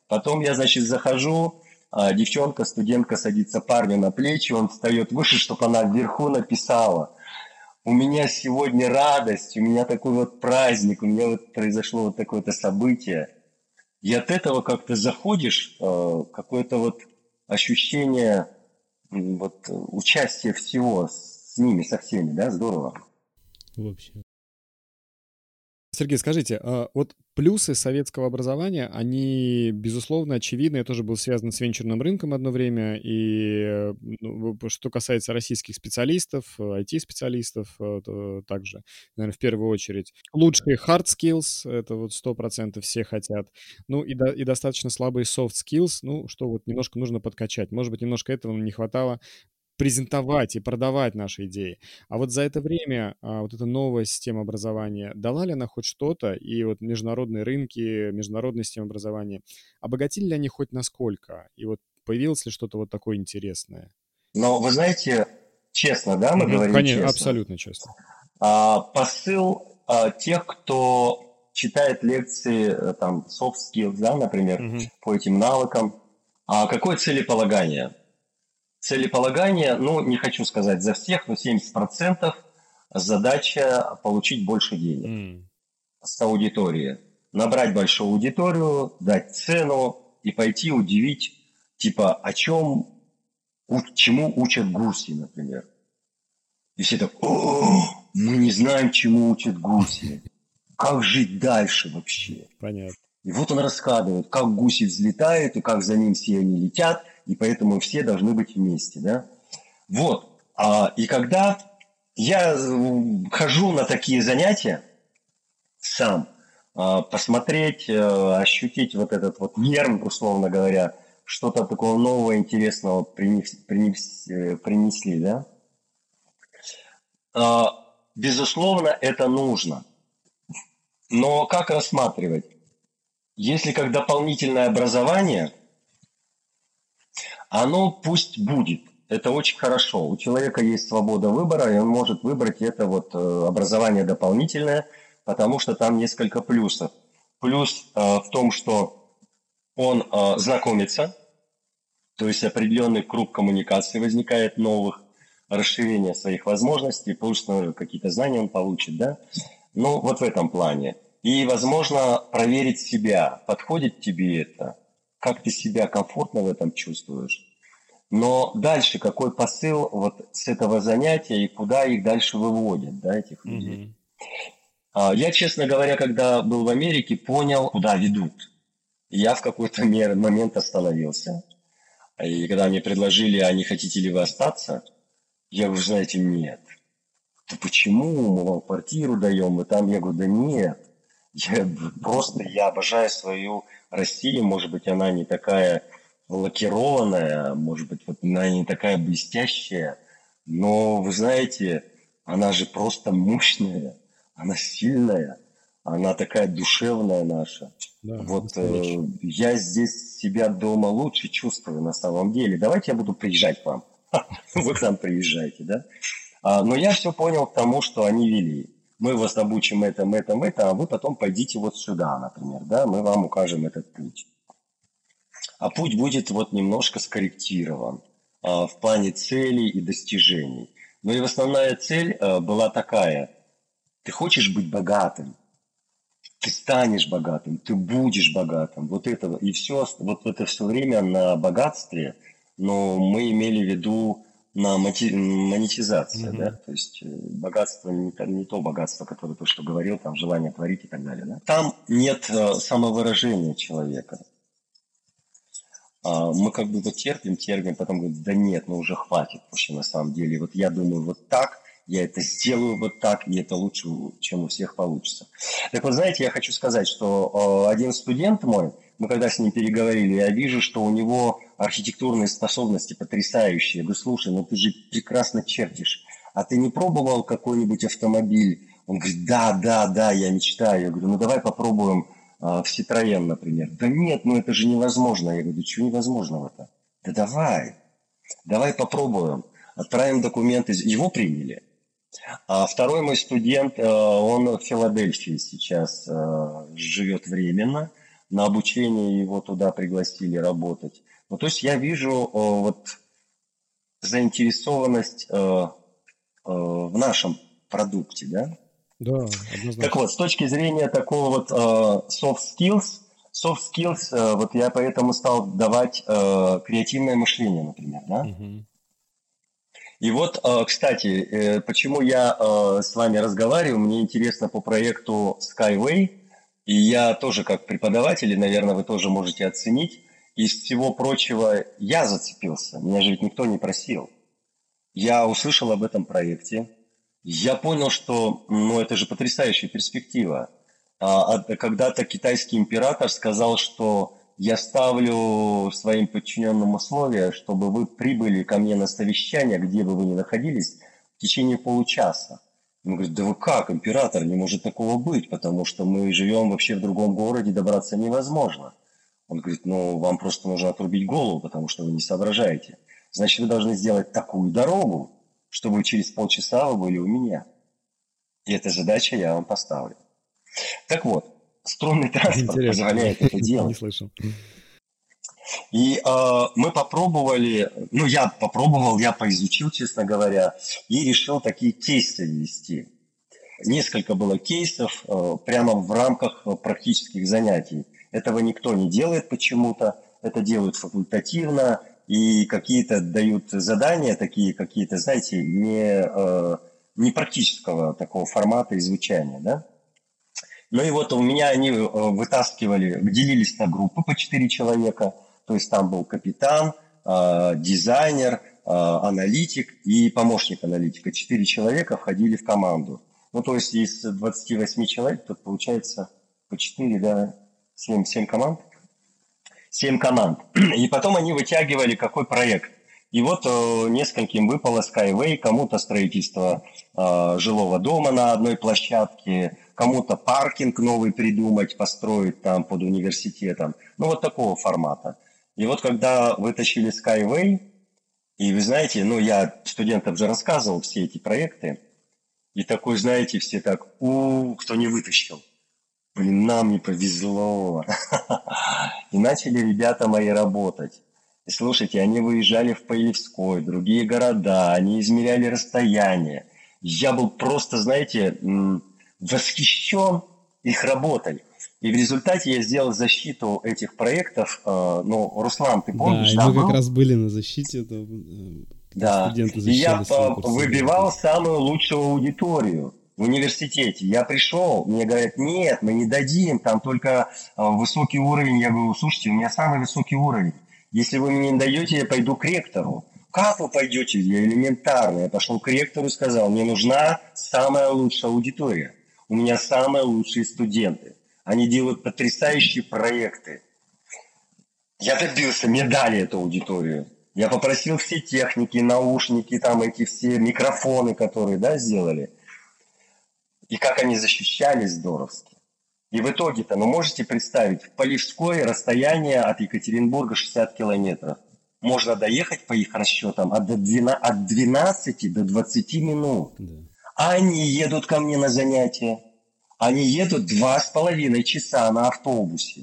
Потом я, значит, захожу, девчонка, студентка садится парню на плечи, он встает выше, чтобы она вверху написала: у меня сегодня радость, у меня такой вот праздник, у меня вот произошло вот такое-то событие. И от этого как-то заходишь, какое-то вот ощущение вот участия всего с ними, со всеми, да, здорово. Вообще. Сергей, скажите, вот плюсы советского образования, они, безусловно, очевидны. Я тоже был связан с венчурным рынком одно время. И что касается российских специалистов, IT-специалистов, также, наверное, в первую очередь. Лучшие hard skills, это вот 100% все хотят. Ну и достаточно слабые soft skills, ну, что вот немножко нужно подкачать. Может быть, немножко этого не хватало презентовать и продавать наши идеи. А вот за это время вот эта новая система образования, дала ли она хоть что-то? И вот международные рынки, международная система образования, обогатили ли они хоть насколько? И вот появилось ли что-то вот такое интересное? Но вы знаете, честно, да, мы говорим Конечно, честно. абсолютно честно. Посыл тех, кто читает лекции, там, soft skills, да, например, по этим навыкам, какое целеполагание? Целеполагание, ну, не хочу сказать за всех, но 70% задача получить больше денег с аудитории. Набрать большую аудиторию, дать цену и пойти удивить, типа, чему учат гуси, например. И все так: мы не знаем, чему учат гуси. Как жить дальше вообще? Понятно. И вот он рассказывает, как гуси взлетают, и как за ним все они летят, и поэтому все должны быть вместе, да? Вот. И когда я хожу на такие занятия сам, посмотреть, ощутить вот этот вот нерв, условно говоря, что-то такого нового, интересного принесли, да? Безусловно, это нужно. Но как рассматривать? Если как дополнительное образование, оно пусть будет. Это очень хорошо. У человека есть свобода выбора, и он может выбрать это вот образование дополнительное, потому что там несколько плюсов. Плюс в том, что он знакомится, то есть определенный круг коммуникаций возникает новых, расширение своих возможностей, плюс какие-то знания он получит, да? Ну, вот в этом плане. И, возможно, проверить себя, подходит тебе это, как ты себя комфортно в этом чувствуешь. Но дальше какой посыл вот с этого занятия и куда их дальше выводят, да, этих людей. Я, честно говоря, когда был в Америке, понял, куда ведут. Я в какой-то момент остановился. И когда мне предложили, а не хотите ли вы остаться, я говорю: знаете, нет. Да почему? Мы вам квартиру даем, и там. Я говорю: да нет. Я обожаю свою Россию. Может быть, она не такая лакированная, может быть, вот она не такая блестящая, но, вы знаете, она же просто мощная, она сильная, она такая душевная наша. Да, вот я здесь себя дома лучше чувствую на самом деле. Давайте я буду приезжать к вам. Вы к нам приезжайте, да? Но я все понял к тому, что они вели. Мы вас обучим это, а вы потом пойдите вот сюда, например, да? Мы вам укажем этот путь. А путь будет вот немножко скорректирован в плане целей и достижений. Но и основная цель была такая: ты хочешь быть богатым, ты станешь богатым, ты будешь богатым. Вот это и все, вот это все время на богатстве, но мы имели в виду на монетизацию, да, то есть богатство не то богатство, которое то, что говорил, там желание творить и так далее. Да? Там нет самовыражения человека. Мы как бы вот терпим, потом говорим: да нет, ну уже хватит вообще на самом деле. Вот я думаю вот так, я это сделаю вот так, и это лучше, чем у всех получится. Так вот, знаете, я хочу сказать, что один студент мой, мы когда с ним переговорили, я вижу, что у него архитектурные способности потрясающие. Я говорю: слушай, ну ты же прекрасно чертишь, а ты не пробовал какой-нибудь автомобиль? Он говорит: да, я мечтаю. Я говорю: ну давай попробуем в Citroёn, например. Да нет, ну это же невозможно. Я говорю: чего невозможного-то? Да давай попробуем. Отправим документы. Его приняли. А второй мой студент, он в Филадельфии сейчас живет временно. на обучение его туда пригласили работать. Ну, то есть я вижу вот заинтересованность в нашем продукте, да? Да, однозначно. Так вот, с точки зрения такого вот soft skills, вот я поэтому стал давать креативное мышление, например, да? Мгм. И вот, кстати, почему я с вами разговариваю, мне интересно по проекту Skyway, и я тоже как преподаватель, и, наверное, вы тоже можете оценить, из всего прочего я зацепился, меня же ведь никто не просил. Я услышал об этом проекте, я понял, что, ну, это же потрясающая перспектива. Когда-то китайский император сказал, что я ставлю своим подчиненным условия, чтобы вы прибыли ко мне на совещание, где бы вы ни находились, в течение получаса. Он говорит, да вы как, император, не может такого быть, потому что мы живем вообще в другом городе, добраться невозможно. Он говорит, ну, вам просто нужно отрубить голову, потому что вы не соображаете. Значит, вы должны сделать такую дорогу, чтобы через полчаса вы были у меня. И эта задача я вам поставлю. Так вот, струнный транспорт Интересно. позволяет это Не делать. слышал. И мы попробовали, ну, я поизучил, честно говоря, и решил такие кейсы ввести. Несколько было кейсов прямо в рамках практических занятий. Этого никто не делает почему-то, это делают факультативно, и какие-то дают задания, такие какие-то, знаете, не практического такого формата и звучания, да? Ну и вот у меня они вытаскивали, делились на группы по 4 человека, то есть там был капитан, дизайнер, аналитик и помощник аналитика. 4 человека входили в команду. Ну, то есть из 28 человек, тут получается по 4, да, 7 команд. 7 команд. И потом они вытягивали какой проект. И вот нескольким выпало Skyway, кому-то строительство жилого дома на одной площадке, кому-то паркинг новый придумать, построить там под университетом. Ну, вот такого формата. И вот когда вытащили Skyway, и вы знаете, ну, я студентам же рассказывал все эти проекты, и такой, знаете, все так, кто не вытащил. Блин, нам не повезло. И начали ребята мои работать. И слушайте, они выезжали в Полевской, другие города, они измеряли расстояние. Я был просто, знаете, восхищен их работой. И в результате я сделал защиту этих проектов. Ну, Руслан, ты помнишь? Да, и мы был? как раз были на защите. Да, и я выбивал самую лучшую аудиторию в университете. Я пришел, мне говорят, нет, мы не дадим, там только высокий уровень. Я говорю, слушайте, у меня самый высокий уровень. Если вы мне не даете, я пойду к ректору. Как вы пойдете? Я элементарно. Я пошел к ректору и сказал, мне нужна самая лучшая аудитория. У меня самые лучшие студенты. Они делают потрясающие проекты. Я добился, мне дали эту аудиторию. Я попросил все техники, наушники, там эти все микрофоны, которые, да, сделали. И как они защищались здоровски. И в итоге-то, ну, можете представить, в Полевской расстояние от Екатеринбурга 60 километров. Можно доехать по их расчетам от 12 до 20 минут. Да. А они едут ко мне на занятия. Они едут 2,5 часа на автобусе.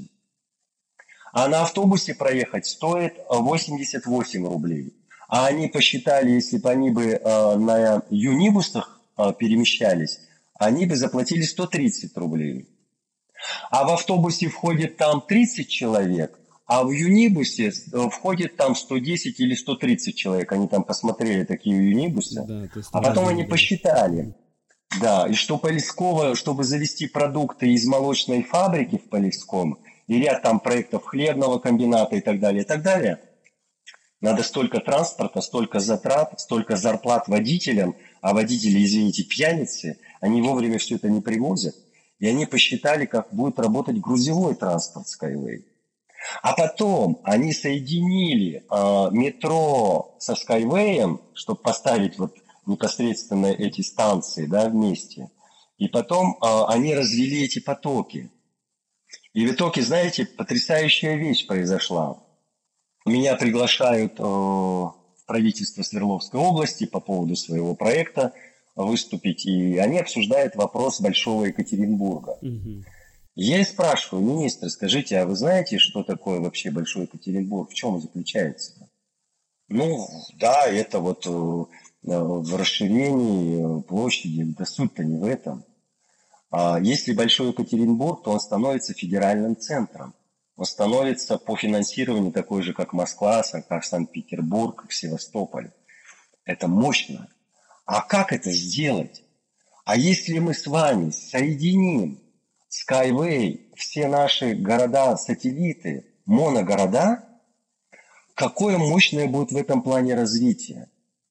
А на автобусе проехать стоит 88 рублей. А они посчитали, если бы они бы на юнибусах перемещались, они бы заплатили 130 рублей. А в автобусе входит там 30 человек, а в юнибусе входит там 110 или 130 человек. Они там посмотрели такие юнибусы. Да, а потом они посчитали. Да, и что Полевского, чтобы завести продукты из молочной фабрики в Полевском, и ряд там проектов хлебного комбината и так далее, надо столько транспорта, столько затрат, столько зарплат водителям, а водители, извините, пьяницы, они вовремя все это не привозят. И они посчитали, как будет работать грузовой транспорт Skyway. А потом они соединили метро со Skyway, чтобы поставить вот непосредственно эти станции, да, вместе. И потом они развели эти потоки. И в итоге, знаете, потрясающая вещь произошла. Меня приглашают в правительство Свердловской области по поводу своего проекта выступить, и они обсуждают вопрос Большого Екатеринбурга. Я и спрашиваю: министр, скажите, а вы знаете, что такое вообще Большой Екатеринбург? В чем заключается? Ну, да, это вот в расширении площади, да суть-то не в этом. Если Большой Екатеринбург, то он становится федеральным центром. Он становится по финансированию такой же, как Москва, как Санкт-Петербург, как Севастополь. Это мощно. А как это сделать? А если мы с вами соединим Skyway, все наши города-сателлиты, моногорода, какое мощное будет в этом плане развитие?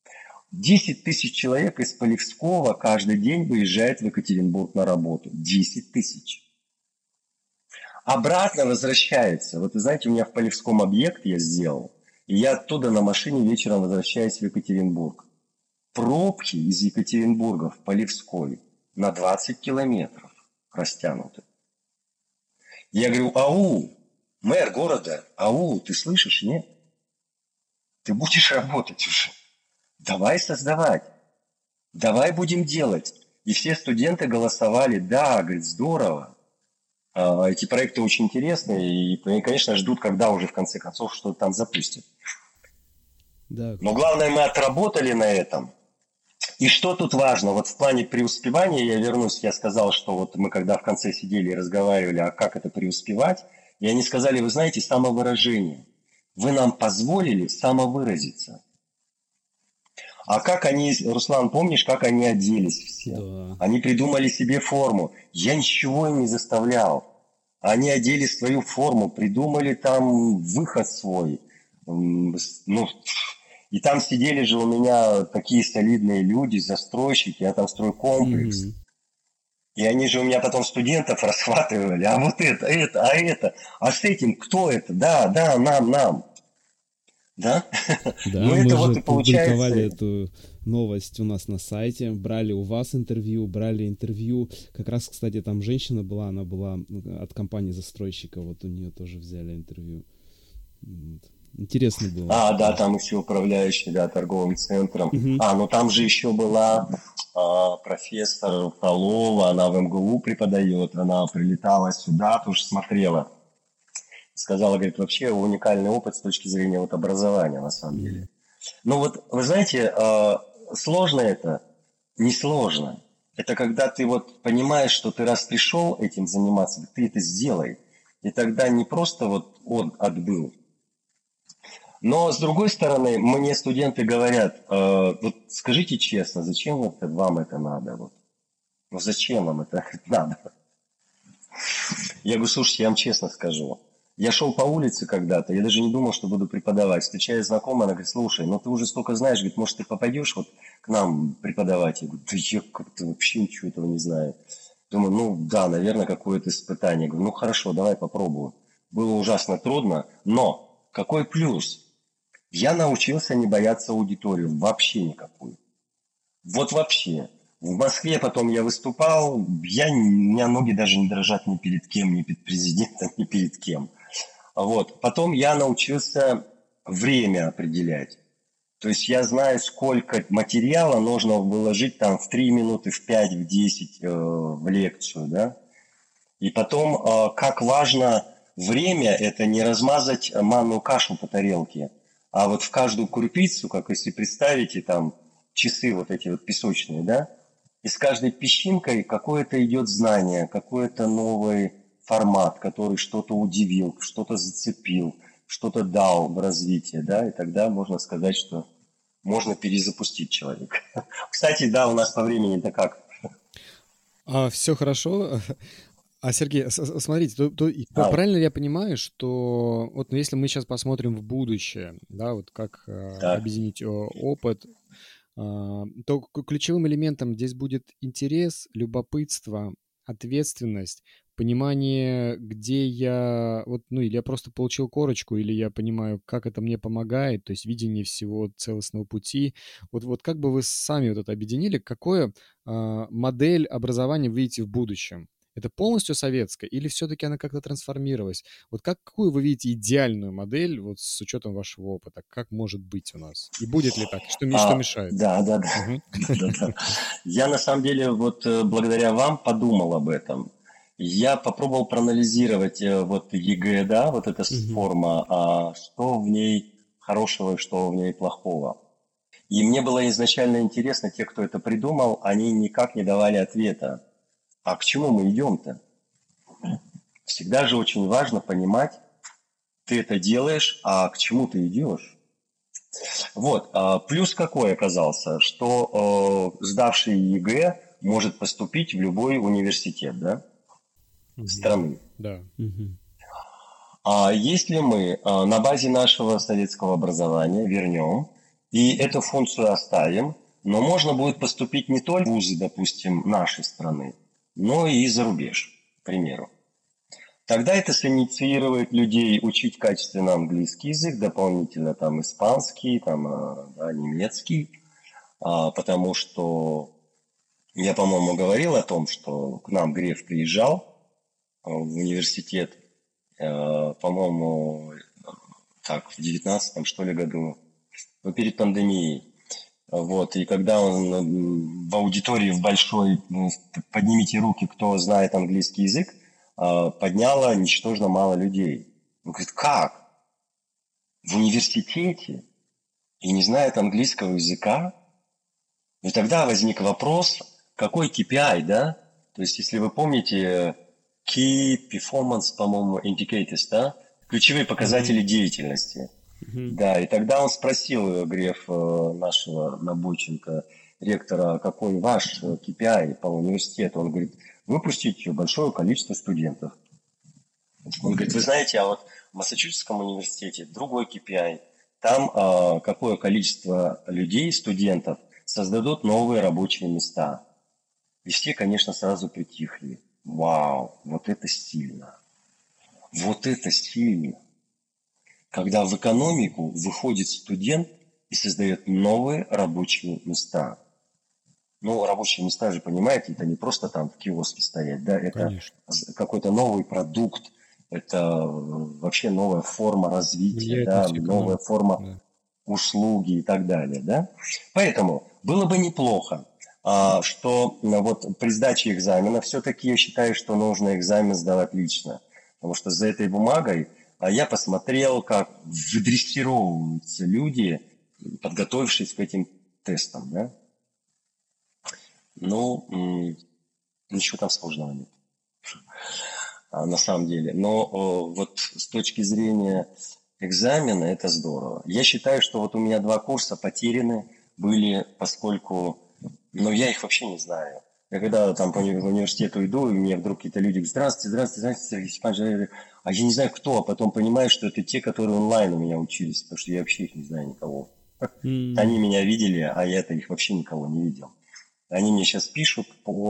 10 тысяч человек из Полевского каждый день выезжает в Екатеринбург на работу. 10 тысяч. Обратно возвращается. Вот вы знаете, у меня в Полевском объект я сделал, и я оттуда на машине вечером возвращаюсь в Екатеринбург. Пробки из Екатеринбурга в Полевской на 20 километров растянуты. Я говорю: ау, мэр города, ау, ты слышишь, нет? Ты будешь работать уже. Давай создавать. Давай будем делать. И все студенты голосовали: да, говорит, здорово. Эти проекты очень интересные, и, конечно, ждут, когда уже в конце концов что-то там запустят. Да. Но главное, мы отработали на этом. И что тут важно? Вот в плане преуспевания, я вернусь, я сказал, что вот мы когда в конце сидели и разговаривали, а как это преуспевать, и они сказали: вы знаете, самовыражение. Вы нам позволили самовыразиться. А как они, Руслан, помнишь, как они оделись все? Да. Они придумали себе форму. Я ничего им не заставлял. Они одели свою форму, придумали там выход свой. Ну, и там сидели же у меня такие солидные люди, застройщики, я там строю комплекс. И они же у меня потом студентов расхватывали. А вот это. А с этим кто это? Да, нам. Да? Да, ну, мы это же вот и получается... публиковали эту новость у нас на сайте, брали у вас интервью, брали интервью. Как раз, кстати, там женщина была, она была от компании-застройщика, вот у нее тоже взяли интервью. Интересно было. Да, там еще управляющий, да, торговым центром. Ну там же еще была профессор Фролова, она в МГУ преподает, она прилетала сюда, тоже смотрела. Сказала, говорит, вообще уникальный опыт с точки зрения вот образования, на самом деле. Ну вот, вы знаете, сложно это? Не сложно. Это когда ты вот понимаешь, что ты раз пришел этим заниматься, ты это сделай. И тогда не просто вот он отбыл. Но, с другой стороны, мне студенты говорят: вот скажите честно, зачем вам это надо? Вот? Ну, зачем вам это надо? Я говорю: слушайте, я вам честно скажу. Я шел по улице когда-то, я даже не думал, что буду преподавать. Встречаю знакомую, она говорит: слушай, ну ты уже столько знаешь, говорит, может, ты попадешь вот к нам преподавать? Я говорю: да я как-то вообще ничего этого не знаю. Думаю, ну да, наверное, какое-то испытание. Я говорю: ну хорошо, давай попробую. Было ужасно трудно, но какой плюс? Я научился не бояться аудиторию, вообще никакую. Вот вообще. В Москве потом я выступал, у меня ноги даже не дрожат ни перед кем, ни перед президентом, ни перед кем. Вот. Потом я научился время определять. То есть я знаю, сколько материала нужно выложить там в 3 минуты, в 5, в 10 в лекцию. Да? И потом, как важно время, это не размазать манную кашу по тарелке, а вот в каждую крупицу, как если представите, там часы вот эти вот песочные, да, и с каждой песчинкой какое-то идет знание, какой-то новый формат, который что-то удивил, что-то зацепил, что-то дал в развитие, да, и тогда можно сказать, что можно перезапустить человека. Кстати, да, у нас по времени-то как? Все хорошо. Сергей, смотрите, правильно ли я понимаю, что вот если мы сейчас посмотрим в будущее, да, вот как объединить опыт, то ключевым элементом здесь будет интерес, любопытство, ответственность, понимание, где я, вот, ну, или я просто получил корочку, или я понимаю, как это мне помогает, то есть видение всего целостного пути. Вот как бы вы сами вот это объединили, какую модель образования вы видите в будущем? Это полностью советская или все-таки она как-то трансформировалась? Вот какую вы видите идеальную модель вот с учетом вашего опыта? Как может быть у нас? И будет ли так? Что мешает? Да. Я на самом деле вот благодаря вам подумал об этом. Я попробовал проанализировать вот ЕГЭ, да, вот эта форма, что в ней хорошего и что в ней плохого. И мне было изначально интересно, те, кто это придумал, они никак не давали ответа. А к чему мы идем-то? Всегда же очень важно понимать, ты это делаешь, а к чему ты идешь. Вот, плюс какой оказался, что сдавший ЕГЭ может поступить в любой университет, да, страны. Да. А если мы на базе нашего советского образования вернем и эту функцию оставим, но можно будет поступить не только в вузы, допустим, нашей страны, но и за рубеж, к примеру. Тогда это синициирует людей учить качественно английский язык, дополнительно там испанский, там, немецкий, потому что я, по-моему, говорил о том, что к нам Греф приезжал в университет, по-моему, так, в 19-м, что ли, году, перед пандемией. Вот, и когда он в аудитории в большой, поднимите руки, кто знает английский язык, подняло ничтожно мало людей. Он говорит, как? В университете? И не знает английского языка? И тогда возник вопрос, какой KPI, да? То есть, если вы помните, Key Performance, по-моему, Indicators, да? Ключевые показатели деятельности. Да, и тогда он спросил, Греф, нашего Набойченко, ректора, какой ваш KPI по университету. Он говорит, выпустить большое количество студентов. Он говорит, вы знаете, а вот в Массачусетском университете другой KPI. Там какое количество людей, студентов, создадут новые рабочие места. И все, конечно, сразу притихли. Вау, вот это сильно. Вот это сильно. Когда в экономику выходит студент и создает новые рабочие места. Ну, рабочие места же, понимаете, это не просто там в киоске стоять, да, это Конечно. какой-то новый продукт, это вообще новая форма развития, Влияет да, на всю экономику, новая форма услуги и так далее, да. Поэтому было бы неплохо, что вот при сдаче экзамена все-таки я считаю, что нужно экзамен сдавать лично, потому что за этой бумагой я посмотрел, как выдрессировываются люди, подготовившись к этим тестам, да. Ну, ничего там сложного нет, на самом деле. Но вот с точки зрения экзамена это здорово. Я считаю, что вот у меня 2 курса потеряны были, поскольку, я их вообще не знаю. Я когда там по университету иду, и мне вдруг какие-то люди говорят, здравствуйте, Сергей Степанович, а я не знаю кто, а потом понимаю, что это те, которые онлайн у меня учились, потому что я вообще их не знаю никого. Они меня видели, а я-то их вообще никого не видел. Они мне сейчас пишут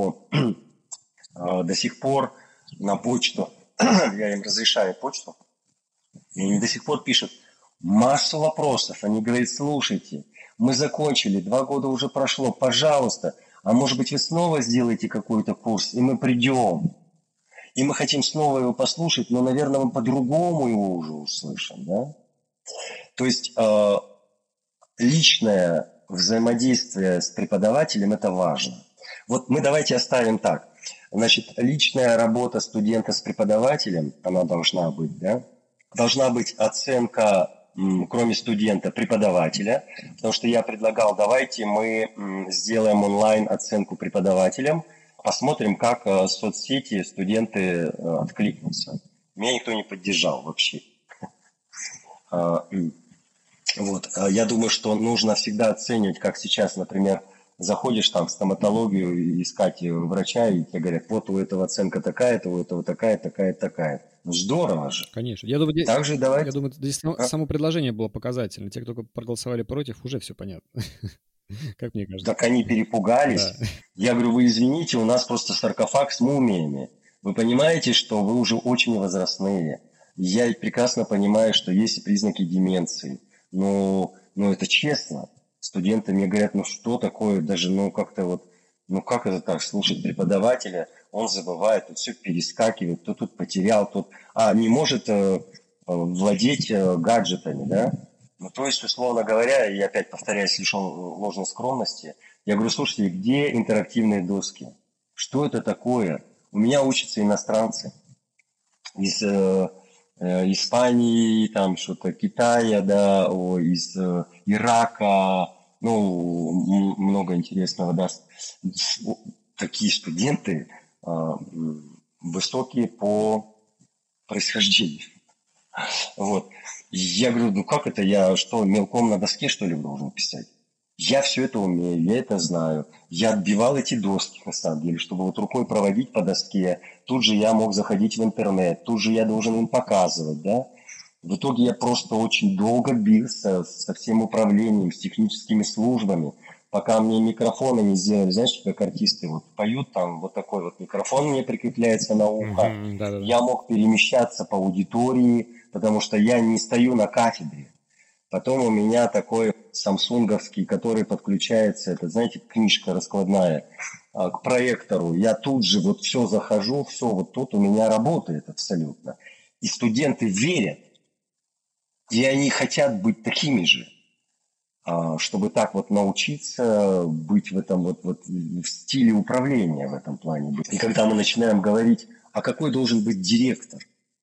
до сих пор на почту, я им разрешаю почту, и они до сих пор пишут массу вопросов. Они говорят, слушайте, мы закончили, 2 года уже прошло, пожалуйста, а может быть вы снова сделаете какой-то курс, и мы придем. И мы хотим снова его послушать, но, наверное, мы по-другому его уже услышим, да? То есть личное взаимодействие с преподавателем – это важно. Вот мы давайте оставим так. Значит, личная работа студента с преподавателем, она должна быть, да? Должна быть оценка, кроме студента, преподавателя. Потому что я предлагал, давайте мы сделаем онлайн оценку преподавателям, посмотрим, как соцсети студенты откликнутся. Меня никто не поддержал вообще. Вот. Я думаю, что нужно всегда оценивать, как сейчас, например, заходишь там в стоматологию и искать врача, и тебе говорят, вот у этого оценка такая-то, у этого такая-то. Ну, здорово же. Конечно. Я думаю, Также давайте... здесь само предложение было показательно. Те, кто проголосовали против, уже все понятно. Как мне кажется. Так они перепугались. Да. Я говорю, вы извините, у нас просто саркофаг с мумиями. Вы понимаете, что вы уже очень возрастные. Я прекрасно понимаю, что есть признаки деменции. Но это честно. Студенты мне говорят, ну что такое, даже как-то вот, как это так, слушать преподавателя, он забывает, тут все перескакивает, то тут потерял, тут, не может владеть гаджетами, да? То есть, условно говоря, я опять повторяюсь, лишен ложной скромности, я говорю, слушайте, где интерактивные доски? Что это такое? У меня учатся иностранцы из Испании, там что-то Китая, да, из Ирака, ну, много интересного, да. Такие студенты высокие по происхождению. Вот. Я говорю, ну как это, я что, мелком на доске, что ли, должен писать? Я все это умею, я это знаю. Я отбивал эти доски, на самом деле, чтобы вот рукой проводить по доске. Тут же я мог заходить в интернет, тут же я должен им показывать, да. В итоге я просто очень долго бился со всем управлением, с техническими службами, пока мне микрофоны не сделали. Знаешь, как артисты вот поют, там вот такой вот микрофон мне прикрепляется на ухо. Да-да-да. Я мог перемещаться по аудитории, потому что я не стою на кафедре. Потом у меня такой самсунговский, который подключается, это, знаете, книжка раскладная, к проектору. Я тут же вот все захожу, все вот тут у меня работает абсолютно. И студенты верят, и они хотят быть такими же, чтобы так вот научиться быть в этом вот в стиле управления в этом плане. И когда мы начинаем говорить, а какой должен быть директор?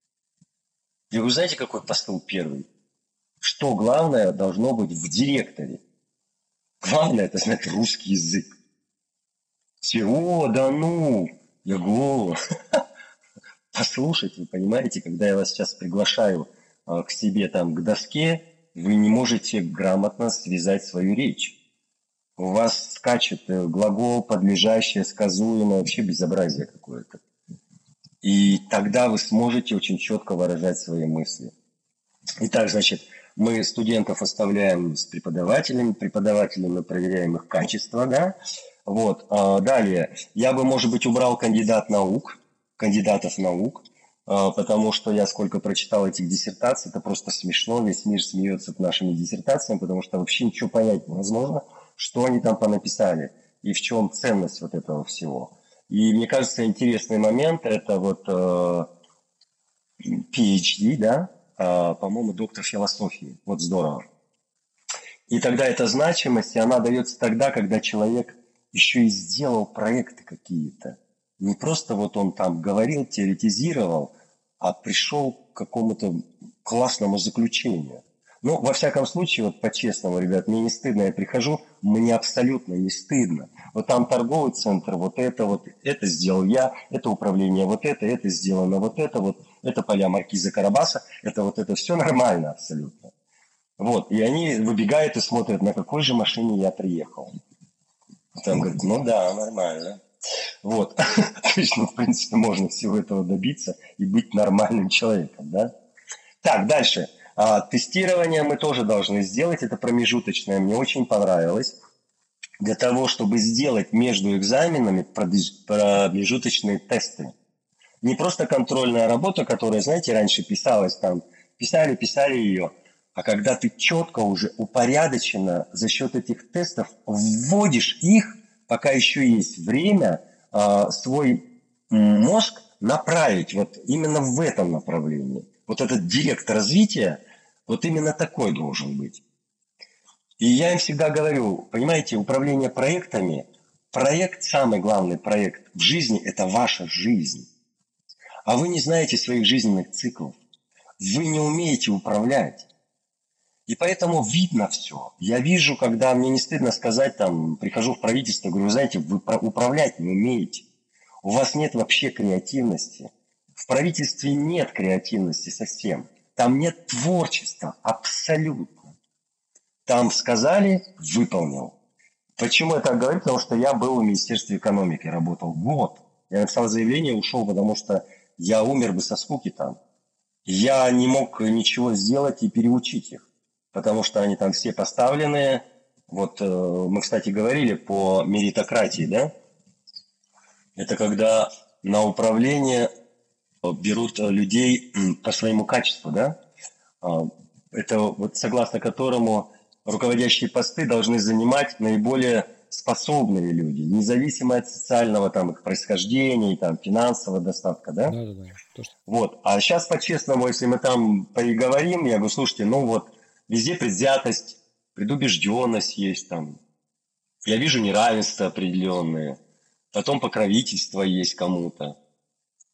Я говорю, знаете, какой посыл первый? Что главное должно быть в директоре? Главное это знать русский язык. Все, о, да ну, я говорю, послушайте, вы понимаете, когда я вас сейчас приглашаю к себе там к доске, вы не можете грамотно связать свою речь. У вас скачет глагол, подлежащее, сказуемое, вообще безобразие какое-то. И тогда вы сможете очень четко выражать свои мысли. Итак, значит, мы студентов оставляем с преподавателями мы проверяем их качество, да. Вот. Далее, я бы, может быть, убрал кандидатов наук, потому что я сколько прочитал этих диссертаций, это просто смешно, весь мир смеется над нашими диссертациями, потому что вообще ничего понять невозможно, что они там понаписали и в чем ценность вот этого всего. И мне кажется, интересный момент, это вот PhD, да, по-моему, доктор философии, вот здорово. И тогда эта значимость, и она дается тогда, когда человек еще и сделал проекты какие-то. Не просто вот он там говорил, теоретизировал, а пришел к какому-то классному заключению. Ну, во всяком случае, вот по-честному, ребят, мне не стыдно, я прихожу, мне абсолютно не стыдно. Вот там торговый центр, вот это сделал я, это управление, вот это сделано, вот это поля маркиза Карабаса, это все нормально абсолютно. Вот, и они выбегают и смотрят, на какой же машине я приехал. Там говорят, ну да, нормально. Вот, то есть, в принципе, можно всего этого добиться и быть нормальным человеком, да. Так, дальше. Тестирование мы тоже должны сделать, это промежуточное, мне очень понравилось. Для того, чтобы сделать между экзаменами промежуточные тесты. Не просто контрольная работа, которая, знаете, раньше писалась там, писали ее, а когда ты четко уже упорядоченно за счет этих тестов вводишь их, пока еще есть время, свой мозг направить вот именно в этом направлении. Вот этот директ развития, вот именно такой должен быть. И я им всегда говорю, понимаете, управление проектами, проект, самый главный проект в жизни – это ваша жизнь. А вы не знаете своих жизненных циклов. Вы не умеете управлять. И поэтому видно все. Я вижу, когда мне не стыдно сказать, там, прихожу в правительство, говорю, вы знаете, вы управлять не умеете. У вас нет вообще креативности. В правительстве нет креативности совсем. Там нет творчества абсолютно. Там сказали, выполнил. Почему я так говорю? Потому что я был в Министерстве экономики, работал год. Я написал заявление, ушел, потому что я умер бы со скуки там. Я не мог ничего сделать и переучить их. Потому что они там все поставленные. Вот мы, кстати, говорили по меритократии, да? Это когда на управление берут людей по своему качеству, да? Это вот согласно которому руководящие посты должны занимать наиболее способные люди, независимо от социального там их происхождения, там финансового достатка, да? Да. Вот. А сейчас по-честному, если мы там переговорим, я говорю, слушайте, ну вот везде предвзятость, предубежденность есть там. Я вижу неравенство определенное. Потом покровительство есть кому-то.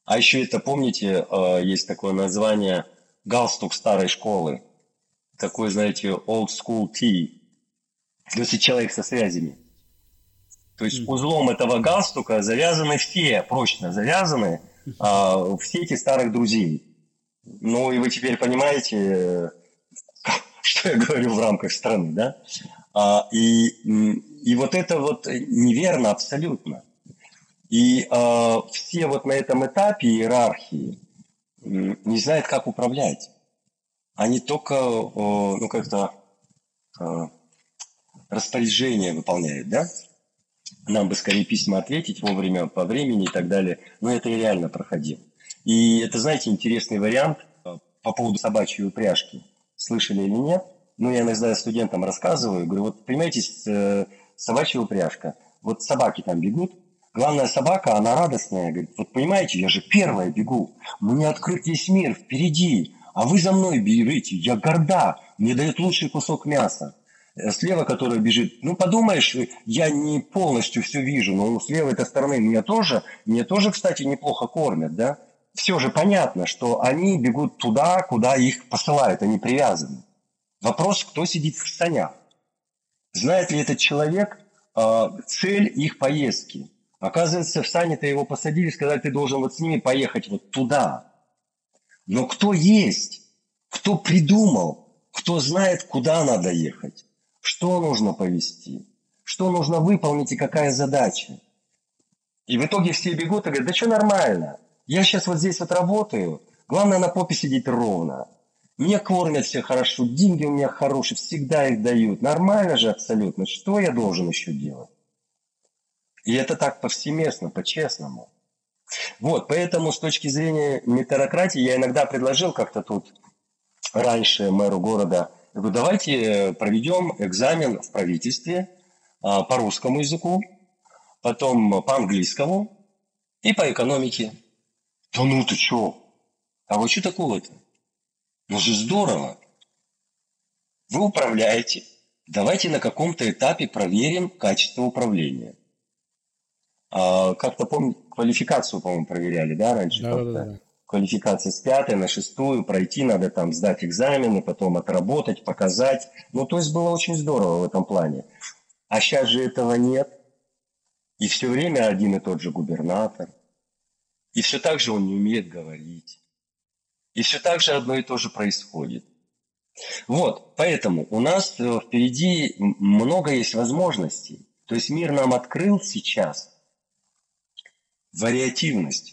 А еще это, помните, есть такое название галстук старой школы. Такой, знаете, old school tee. То есть человек со связями. То есть узлом этого галстука завязаны все, прочно завязаны все эти старых друзей. Ну, и вы теперь понимаете, что я говорю в рамках страны, да? И вот это вот неверно абсолютно. И все вот на этом этапе иерархии не знают, как управлять. Они только, ну, как-то распоряжение выполняют, да? Нам бы скорее письма ответить вовремя, по времени и так далее. Но это и реально проходило. И это, знаете, интересный вариант по поводу собачьей упряжки. Слышали или нет? Ну, я иногда студентам рассказываю. Говорю, вот, понимаете, собачья упряжка. Вот собаки там бегут. Главная собака, она радостная. Говорит, вот понимаете, я же первая бегу. Мне открыт весь мир впереди. А вы за мной бежите. Я горда. Мне дают лучший кусок мяса. Слева, которая бежит, ну, подумаешь, я не полностью все вижу, но с левой этой стороны меня тоже, кстати, неплохо кормят, да? Все же понятно, что они бегут туда, куда их посылают, они привязаны. Вопрос, кто сидит в санях. Знает ли этот человек цель их поездки? Оказывается, в сани-то его посадили, сказали, ты должен вот с ними поехать вот туда. Но кто есть? Кто придумал? Кто знает, куда надо ехать? Что нужно повести? Что нужно выполнить и какая задача? И в итоге все бегут и говорят, да что нормально? Я сейчас вот здесь вот работаю. Главное на попе сидеть ровно. Меня кормят все хорошо, деньги у меня хорошие, всегда их дают. Нормально же абсолютно. Что я должен еще делать? И это так повсеместно, по-честному. Вот, поэтому с точки зрения метарократии я иногда предложил как-то тут раньше мэру города, я говорю, давайте проведем экзамен в правительстве по русскому языку, потом по английскому и по экономике. Да ну ты чё? А вот что такого-то? Ну же здорово. Вы управляете. Давайте на каком-то этапе проверим качество управления. Как-то, помню, квалификацию, по-моему, проверяли, да, раньше? Да. Квалификация с 5 на 6 пройти, надо там сдать экзамены, потом отработать, показать. Ну, то есть было очень здорово в этом плане. А сейчас же этого нет. И все время один и тот же губернатор. И все так же он не умеет говорить. И все так же одно и то же происходит. Вот, поэтому у нас впереди много есть возможностей. То есть мир нам открыл сейчас вариативность.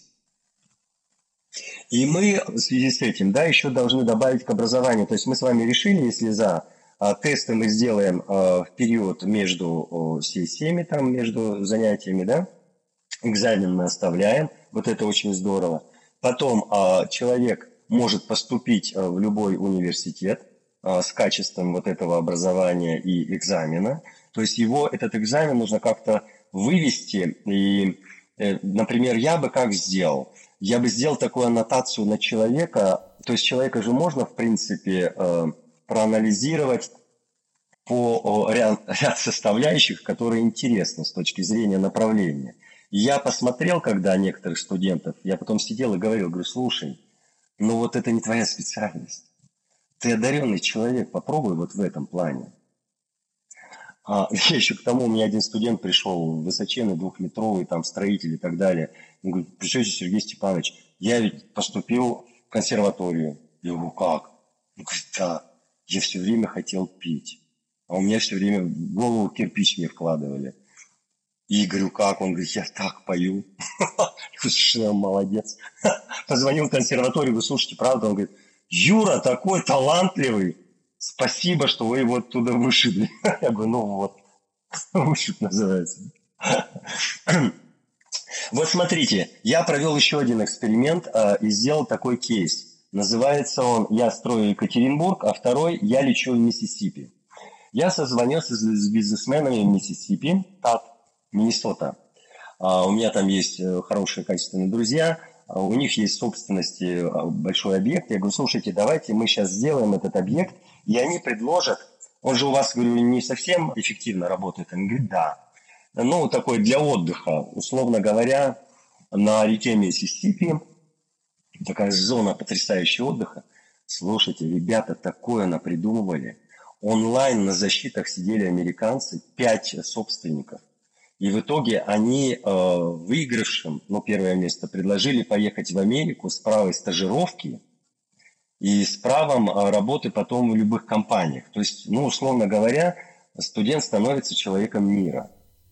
И мы в связи с этим, да, еще должны добавить к образованию. То есть мы с вами решили, если за тесты мы сделаем в период между сессиями, там, между занятиями, да, экзамен мы оставляем, вот это очень здорово. Потом человек может поступить в любой университет с качеством вот этого образования и экзамена. То есть его, этот экзамен нужно как-то вывести. И, например, я бы как сделал? Я бы сделал такую аннотацию на человека. То есть человека же можно, в принципе, проанализировать по ряд составляющих, которые интересны с точки зрения направления. И я посмотрел, когда некоторых студентов, я потом сидел и говорю, слушай, ну вот это не твоя специальность. Ты одаренный человек, попробуй вот в этом плане. Еще к тому, у меня один студент пришел, высоченный, 2-метровый, там, строитель и так далее. Он говорит, представляете, Сергей Степанович, я ведь поступил в консерваторию. Я говорю, как? Он говорит, да, я все время хотел петь. А у меня все время в голову кирпич мне вкладывали. И говорю, как? Он говорит, я так пою. Я говорю, молодец. Позвонил в консерваторию, говорю, слушайте, правда? Он говорит, Юра такой талантливый. Спасибо, что вы его оттуда вышибли. Я говорю, ну вот, вышиб называется. Вот смотрите, я провел еще один эксперимент и сделал такой кейс. Называется он «Я строю Екатеринбург», а второй «Я лечу в Миссисипи». Я созвонился с бизнесменами в Миссисипи, штат Миннесота. У меня там есть хорошие, качественные друзья. У них есть в собственности большой объект. Я говорю, слушайте, давайте мы сейчас сделаем этот объект, и они предложат, он же у вас, говорю, не совсем эффективно работает. Они говорят, да. Ну, такой для отдыха, условно говоря, на реке Миссисипи такая зона потрясающего отдыха. Слушайте, ребята такое напридумывали. Онлайн на защитах сидели американцы, 5 собственников. И в итоге они выигравшим, первое место, предложили поехать в Америку с правом стажировки и с правом работы потом в любых компаниях. То есть, условно говоря, студент становится человеком мира.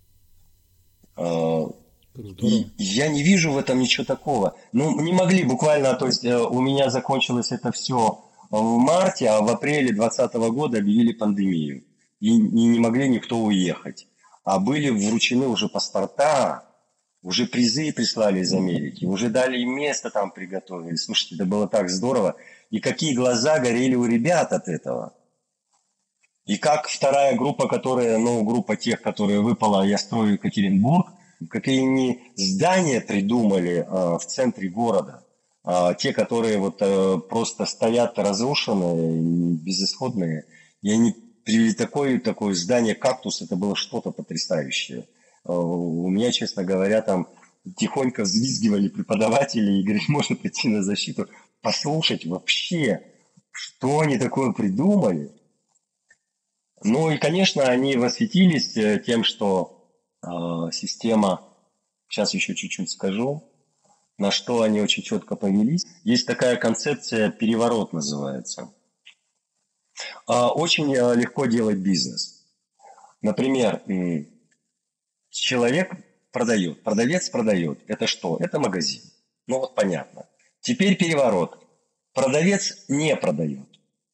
И я не вижу в этом ничего такого. Не могли буквально, то есть у меня закончилось это все в марте, а в апреле 2020 года объявили пандемию. И не могли никто уехать. А были вручены уже паспорта, уже призы прислали из Америки, уже дали им место там приготовили. Слушайте, это было так здорово. И какие глаза горели у ребят от этого. И как вторая группа, группа тех, которые выпала, я строю Екатеринбург, какие они здания придумали в центре города. Те, которые просто стоят разрушенные, безысходные. И они привели такое здание «Кактус», это было что-то потрясающее. У меня, честно говоря, там тихонько взвизгивали преподаватели и говорили, можно прийти на защиту, послушать вообще, что они такое придумали. И, конечно, они восхитились тем, что система, сейчас еще чуть-чуть скажу, на что они очень четко повелись. Есть такая концепция «переворот» называется. Очень легко делать бизнес. Например, человек продает, продавец продает. Это что? Это магазин. Понятно. Теперь переворот. Продавец не продает.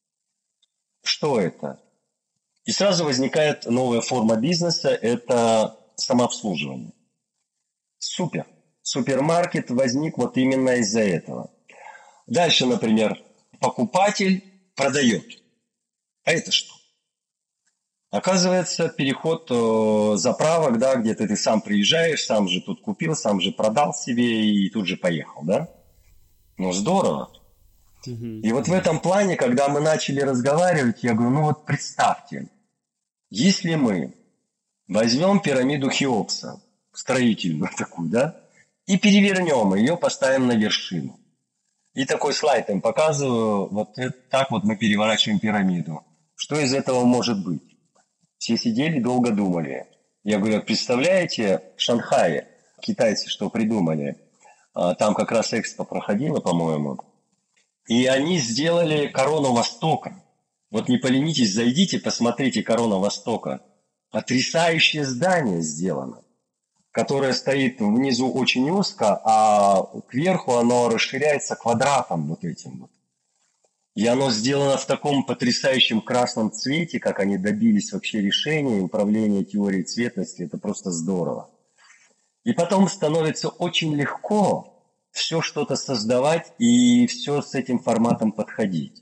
Что это? И сразу возникает новая форма бизнеса, это самообслуживание. Супер. Супермаркет возник именно из-за этого. Дальше, например, покупатель продает. А это что? Оказывается, переход заправок, где ты сам приезжаешь, сам же тут купил, сам же продал себе и тут же поехал, да? Здорово. И в этом плане, когда мы начали разговаривать, я говорю, представьте, если мы возьмем пирамиду Хеопса, строительную такую, да, и перевернем ее, поставим на вершину. И такой слайд им показываю, так мы переворачиваем пирамиду. Что из этого может быть? Все сидели, долго думали. Я говорю, представляете, в Шанхае китайцы что придумали? Там как раз экспо проходило, по-моему. И они сделали корону Востока. Не поленитесь, зайдите, посмотрите корону Востока. Потрясающее здание сделано, которое стоит внизу очень узко, а кверху оно расширяется квадратом этим. И оно сделано в таком потрясающем красном цвете, как они добились вообще решения управления теорией цветности. Это просто здорово. И потом становится очень легко все что-то создавать и все с этим форматом подходить.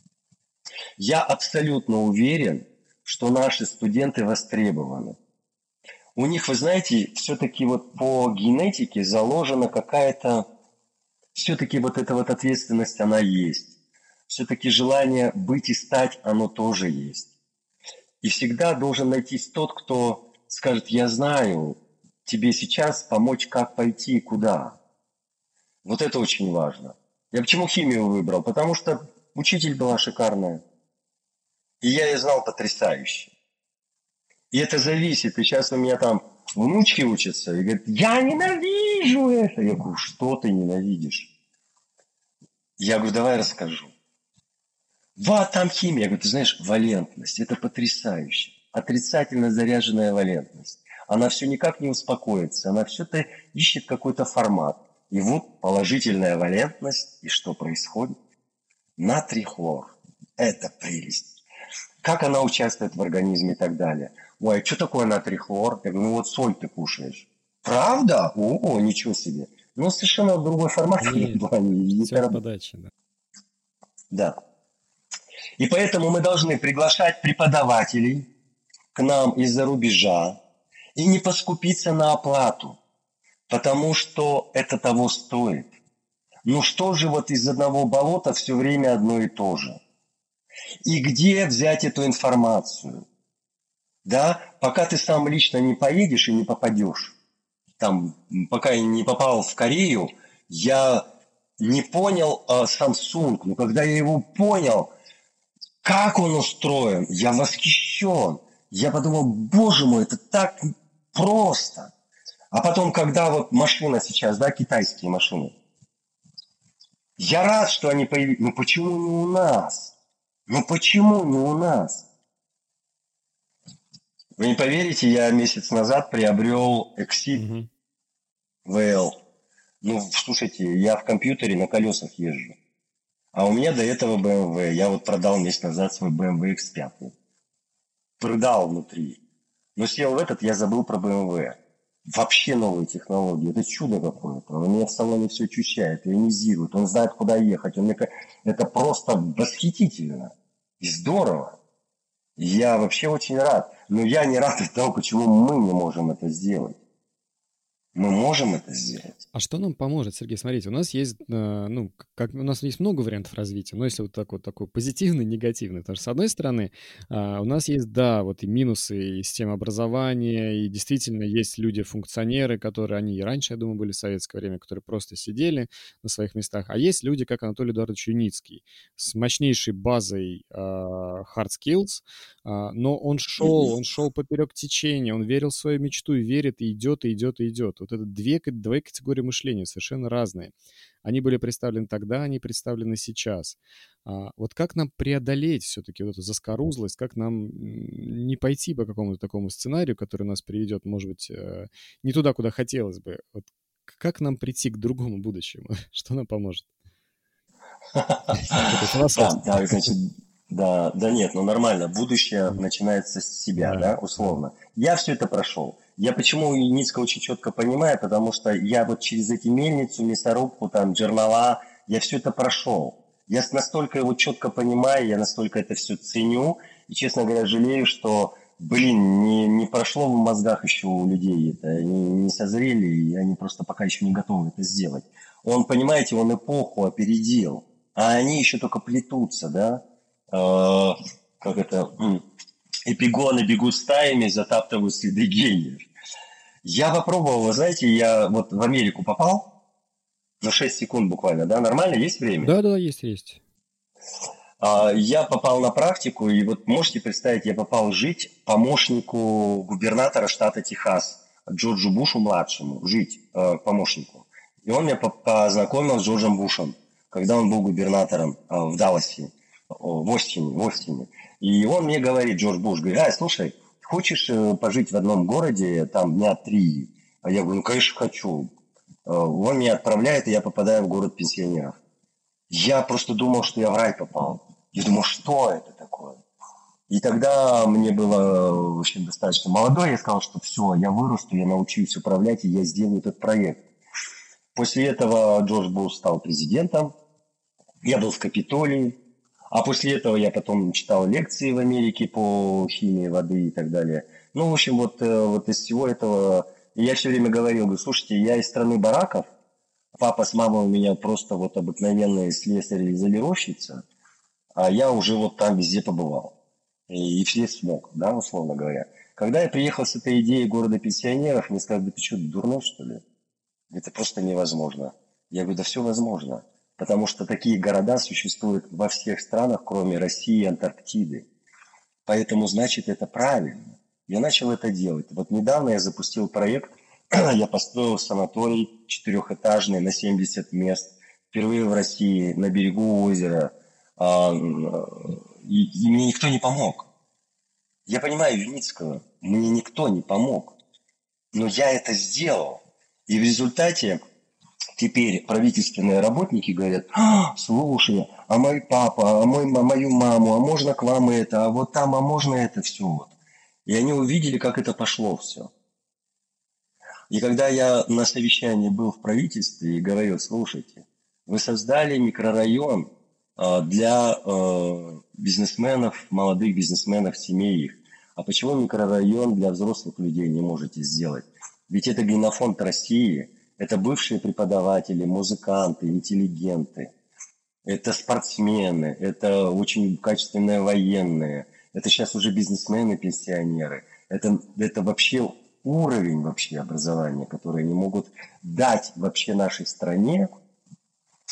Я абсолютно уверен, что наши студенты востребованы. У них, вы знаете, все-таки по генетике заложена какая-то, все-таки эта ответственность, она есть. Все-таки желание быть и стать, оно тоже есть. И всегда должен найтись тот, кто скажет, я знаю, тебе сейчас помочь, как пойти и куда. Это очень важно. Я почему химию выбрал? Потому что учитель была шикарная. И я ее знал потрясающе. И это зависит. И сейчас у меня там внучки учатся и говорят, я ненавижу это. Я говорю, что ты ненавидишь? Я говорю, давай расскажу. Там химия. Я говорю, ты знаешь, валентность. Это потрясающе. Отрицательно заряженная валентность. Она все никак не успокоится. Она все-то ищет какой-то формат. И положительная валентность. И что происходит? Натрий хлор. Это прелесть. Как она участвует в организме и так далее. Ой, а что такое натрий хлор? Я говорю, соль ты кушаешь. Правда? О, ничего себе. Совершенно другой формат. Все подача, да. Да. И поэтому мы должны приглашать преподавателей к нам из-за рубежа и не поскупиться на оплату, потому что это того стоит. Что же из одного болота все время одно и то же? И где взять эту информацию? Да, пока ты сам лично не поедешь и не попадешь, пока я не попал в Корею, я не понял Samsung, но когда я его понял, как он устроен, я восхищен. Я подумал, боже мой, это так просто. А потом, когда вот машина сейчас, да, китайские машины, я рад, что они появились. Ну почему не у нас? Ну почему не у нас? Вы не поверите, я месяц назад приобрел Exit VL. Ну, слушайте, я в компьютере на колесах езжу. А у меня до этого BMW. Я вот продал месяц назад свой BMW X5. Продал внутри. Но сел в этот, я забыл про BMW. Вообще новые технологии. Это чудо какое-то. Он меня в салоне все ощущает, ионизирует. Он знает, куда ехать. Это просто восхитительно. И здорово. Я вообще очень рад. Но я не рад от того, почему мы не можем это сделать. Мы можем это сделать. А что нам поможет, Сергей? Смотрите, у нас есть, у нас есть много вариантов развития, но если вот такой позитивный, негативный, потому что, с одной стороны, у нас есть, да, вот и минусы, и система образования, и действительно есть люди-функционеры, которые, они и раньше, я думаю, были в советское время, которые просто сидели на своих местах, а есть люди, как Анатолий Эдуардович Юницкий, с мощнейшей базой hard skills, но он шел поперек течения, он верил в свою мечту и верит, и идет, и идет, и идет. Вот это две категории мышления совершенно разные. Они были представлены тогда, они представлены сейчас. Вот как нам преодолеть все-таки вот эту заскорузлость, как нам не пойти по какому-то такому сценарию, который нас приведет, может быть, не туда, куда хотелось бы. Вот как нам прийти к другому будущему? Что нам поможет? Да, нет, ну нормально. Будущее начинается с себя, да, условно. Я все это прошел. Я почему Юницкого очень четко понимаю, потому что я вот через эти мельницу, мясорубку, там, жернова, я все это прошел. Я настолько его четко понимаю, я настолько это все ценю. И, честно говоря, жалею, что, не прошло в мозгах еще у людей это, они не созрели, и они просто пока еще не готовы это сделать. Он, понимаете, он эпоху опередил, а они еще только плетутся, да? Эпигоны бегут стаями, затаптывают следы гениев. Я попробовал, вы знаете, я вот в Америку попал на 6 секунд буквально, да? Нормально? Есть время? Да, есть. Я попал на практику, и вот можете представить, я попал жить помощнику губернатора штата Техас, Джорджу Бушу-младшему, жить помощнику. И он меня познакомил с Джорджем Бушем, когда он был губернатором в Далласе, в Остине. И он мне говорит, Джордж Буш, говорит, слушай, хочешь пожить в одном городе, там, дня 3? А я говорю, ну, конечно, хочу. Он меня отправляет, и я попадаю в город пенсионеров. Я просто думал, что я в рай попал. Я думал, что это такое? И тогда мне было, в общем, достаточно молодой. Я сказал, что все, я вырасту, я научусь управлять, и я сделаю этот проект. После этого Джордж Буш стал президентом. Я был в Капитолии. А после этого я потом читал лекции в Америке по химии воды и так далее. Ну, в общем, вот из всего этого я все время говорил, слушайте, я из страны бараков, папа с мамой у меня просто вот обыкновенные слесарь-изолировщица, а я уже вот там везде побывал. И все смог, да, условно говоря. Когда я приехал с этой идеей города пенсионеров, мне сказали, да ты что, дурной, что ли? Это просто невозможно. Я говорю, да все возможно. Потому что такие города существуют во всех странах, кроме России и Антарктиды. Поэтому, значит, это правильно. Я начал это делать. Вот недавно я запустил проект, я построил санаторий 4-этажный на 70 мест, впервые в России, на берегу озера. И мне никто не помог. Я понимаю Юницкого, мне никто не помог. Но я это сделал. И в результате теперь правительственные работники говорят, слушай, а мой папа, мою маму, а можно к вам это, а вот там, а можно это все. Вот. И они увидели, как это пошло все. И когда я на совещании был в правительстве и говорил, слушайте, вы создали микрорайон для бизнесменов, молодых бизнесменов, семей их. А почему микрорайон для взрослых людей не можете сделать? Ведь это генофонд России. Это бывшие преподаватели, музыканты, интеллигенты. Это спортсмены, это очень качественные военные. Это сейчас уже бизнесмены, пенсионеры. Это вообще уровень вообще образования, который они могут дать вообще нашей стране.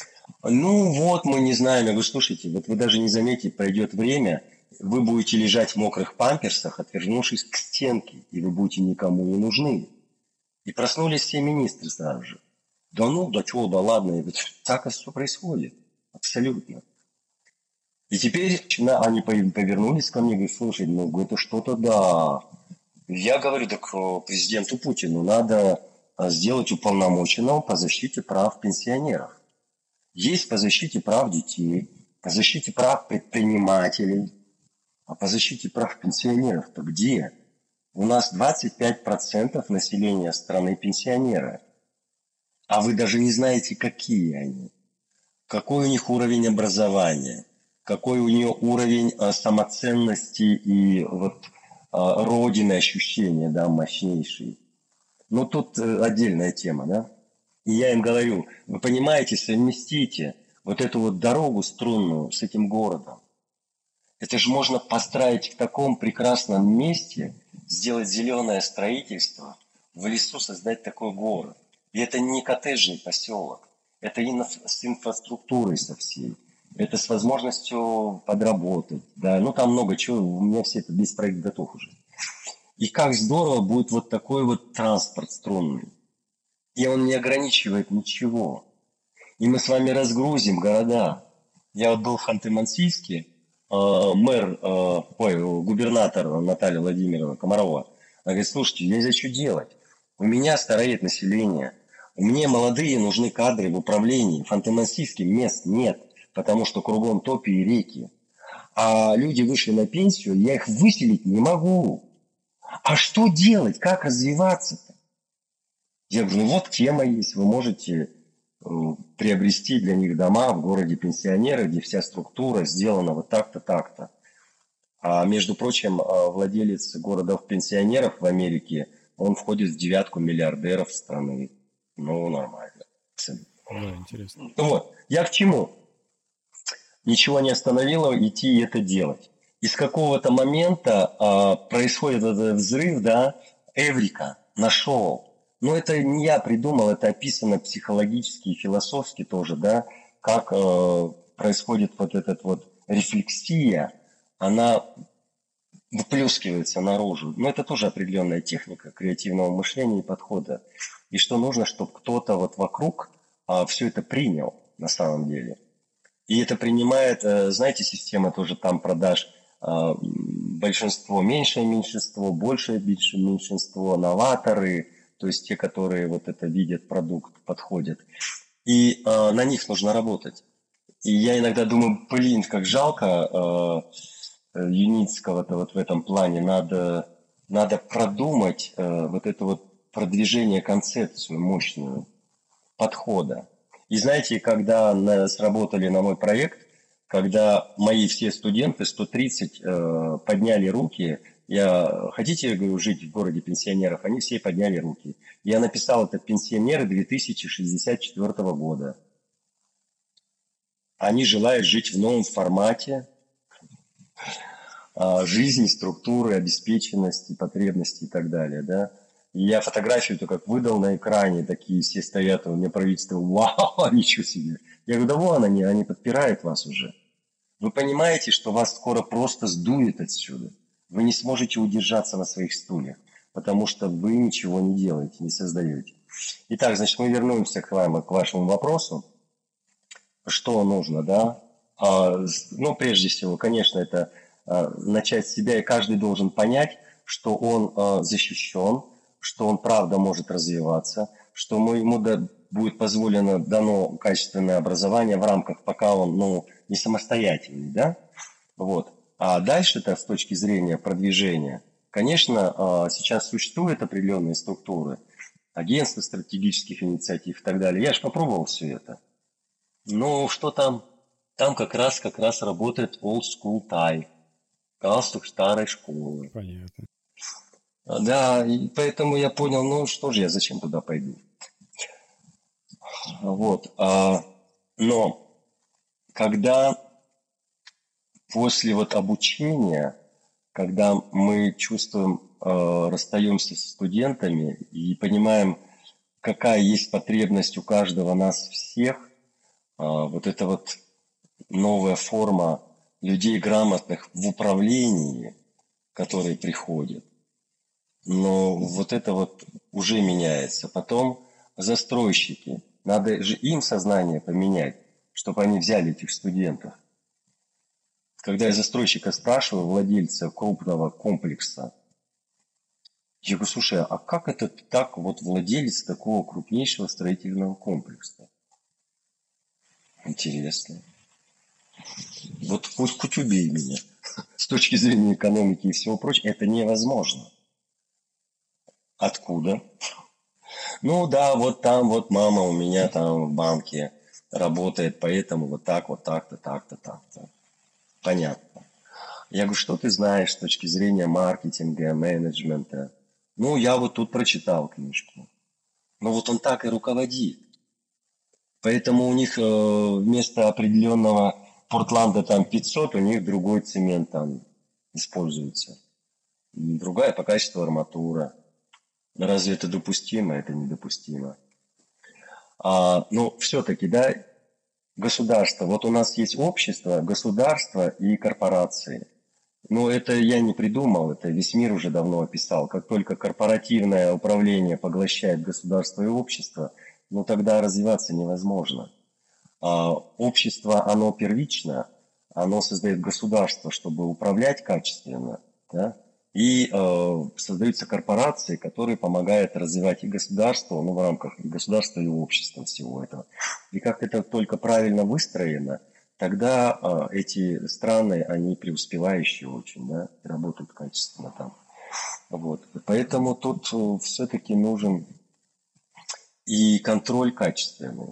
Ну вот, мы не знаем. Я говорю, слушайте, вот вы даже не заметите, пройдет время, вы будете лежать в мокрых памперсах, отвернувшись к стенке, и вы будете никому не нужны. И проснулись все министры сразу же. Да ну, да чего, да ладно. И вот так все происходит. Абсолютно. И теперь они повернулись ко мне и говорят, слушай, ну это что-то да. Я говорю, так президенту Путину надо сделать уполномоченного по защите прав пенсионеров. Есть по защите прав детей, по защите прав предпринимателей, а по защите прав пенсионеров-то где? У нас 25% населения страны пенсионеры. А вы даже не знаете, какие они. Какой у них уровень образования, какой у нее уровень самоценности и вот родины ощущения, да, мощнейший. Ну, тут отдельная тема, да. И я им говорю, вы понимаете, совместите вот эту вот дорогу струнную с этим городом. Это же можно построить в таком прекрасном месте, сделать зеленое строительство, в лесу создать такой город. И это не коттеджный поселок, это с инфраструктурой со всей, это с возможностью подработать. Да. Ну, там много чего, у меня весь проект готов уже. И как здорово будет вот такой вот транспорт струнный. И он не ограничивает ничего. И мы с вами разгрузим города. Я вот был в Ханты-Мансийске, губернатор Наталья Владимировна Комарова. Она говорит, слушайте, я здесь что делать? У меня стареет население. Мне молодые нужны кадры в управлении. В Ханты-Мансийске мест нет, потому что кругом топи и реки. А люди вышли на пенсию, я их выселить не могу. А что делать? Как развиваться-то? Я говорю, ну вот тема есть, вы можете приобрести для них дома в городе пенсионеры, где вся структура сделана вот так-то, так-то. А между прочим, владелец городов-пенсионеров в Америке, он входит в 9 миллиардеров страны. Ну, нормально. Да, интересно. Вот, я к чему? Ничего не остановило идти и это делать. И с какого-то момента происходит этот взрыв, да, эврика, нашел. Но это не я придумал, это описано психологически и философски тоже, да, как происходит вот эта вот рефлексия, она выплескивается наружу. Но это тоже определенная техника креативного мышления и подхода. И что нужно, чтобы кто-то вот вокруг все это принял на самом деле. И это принимает, знаете, система тоже там продаж большинство, меньшее меньшинство, большее меньшинство, новаторы, то есть те, которые вот это видят, продукт, подходят. И на них нужно работать. И я иногда думаю, блин, как жалко Юницкого-то вот в этом плане. Надо продумать вот это вот продвижение, концепцию мощную подхода. И знаете, когда сработали на мой проект, когда мои все студенты, 130, подняли руки, хотите, говорю, жить в городе пенсионеров? Они все подняли руки. Я написал это «Пенсионеры 2064 года». Они желают жить в новом формате жизни, структуры, обеспеченности, потребностей и так далее, да. И я фотографию-то как выдал на экране, такие все стоят, у меня правительство, вау, ничего себе. Я говорю, да вон они подпирают вас уже. Вы понимаете, что вас скоро просто сдует отсюда. Вы не сможете удержаться на своих стульях, потому что вы ничего не делаете, не создаете. Итак, значит, мы вернемся к вашему вопросу. Что нужно, да? Ну, прежде всего, конечно, это начать с себя, и каждый должен понять, что он защищен, что он правда может развиваться, что ему будет дано качественное образование в рамках, пока он не самостоятельный, да? Вот. А дальше-то с точки зрения продвижения, конечно, сейчас существуют определенные структуры, агентства стратегических инициатив и так далее. Я же попробовал все это. Ну, что там? Там как раз работает old school tie, галстук старой школы. Понятно. Да, и поэтому я понял, ну что же я, зачем туда пойду? Вот. Но когда после вот обучения, когда мы чувствуем, расстаемся со студентами и понимаем, какая есть потребность у каждого нас всех, вот эта вот новая форма людей грамотных в управлении, которые приходят. Но вот это вот уже меняется. Потом застройщики. Надо же им сознание поменять, чтобы они взяли этих студентов. Когда я застройщика спрашиваю, владельца крупного комплекса, я говорю, слушай, а как это так вот владелец такого крупнейшего строительного комплекса? Интересно. Вот хоть убей меня. С точки зрения экономики и всего прочего, это невозможно. Откуда? Ну да, вот там вот мама у меня там в банке работает, поэтому вот так-то, так-то. Понятно. Я говорю, что ты знаешь с точки зрения маркетинга, менеджмента? Ну, я вот тут прочитал книжку. Ну, вот он так и руководит. Поэтому у них вместо определенного Портланда там 500, у них другой цемент там используется. Другая по качеству арматура. Разве это допустимо? Это недопустимо. Но все-таки, да, государство. Вот у нас есть общество, государство и корпорации. Но это я не придумал, это весь мир уже давно описал. Как только корпоративное управление поглощает государство и общество, ну тогда развиваться невозможно. Общество, оно первично, оно создает государство, чтобы управлять качественно, да? И создаются корпорации, которые помогают развивать и государство, ну в рамках и государства, и общества всего этого. И как это только правильно выстроено, тогда эти страны, они преуспевающие очень, да, работают качественно там. Вот. Поэтому тут все-таки нужен и контроль качественный.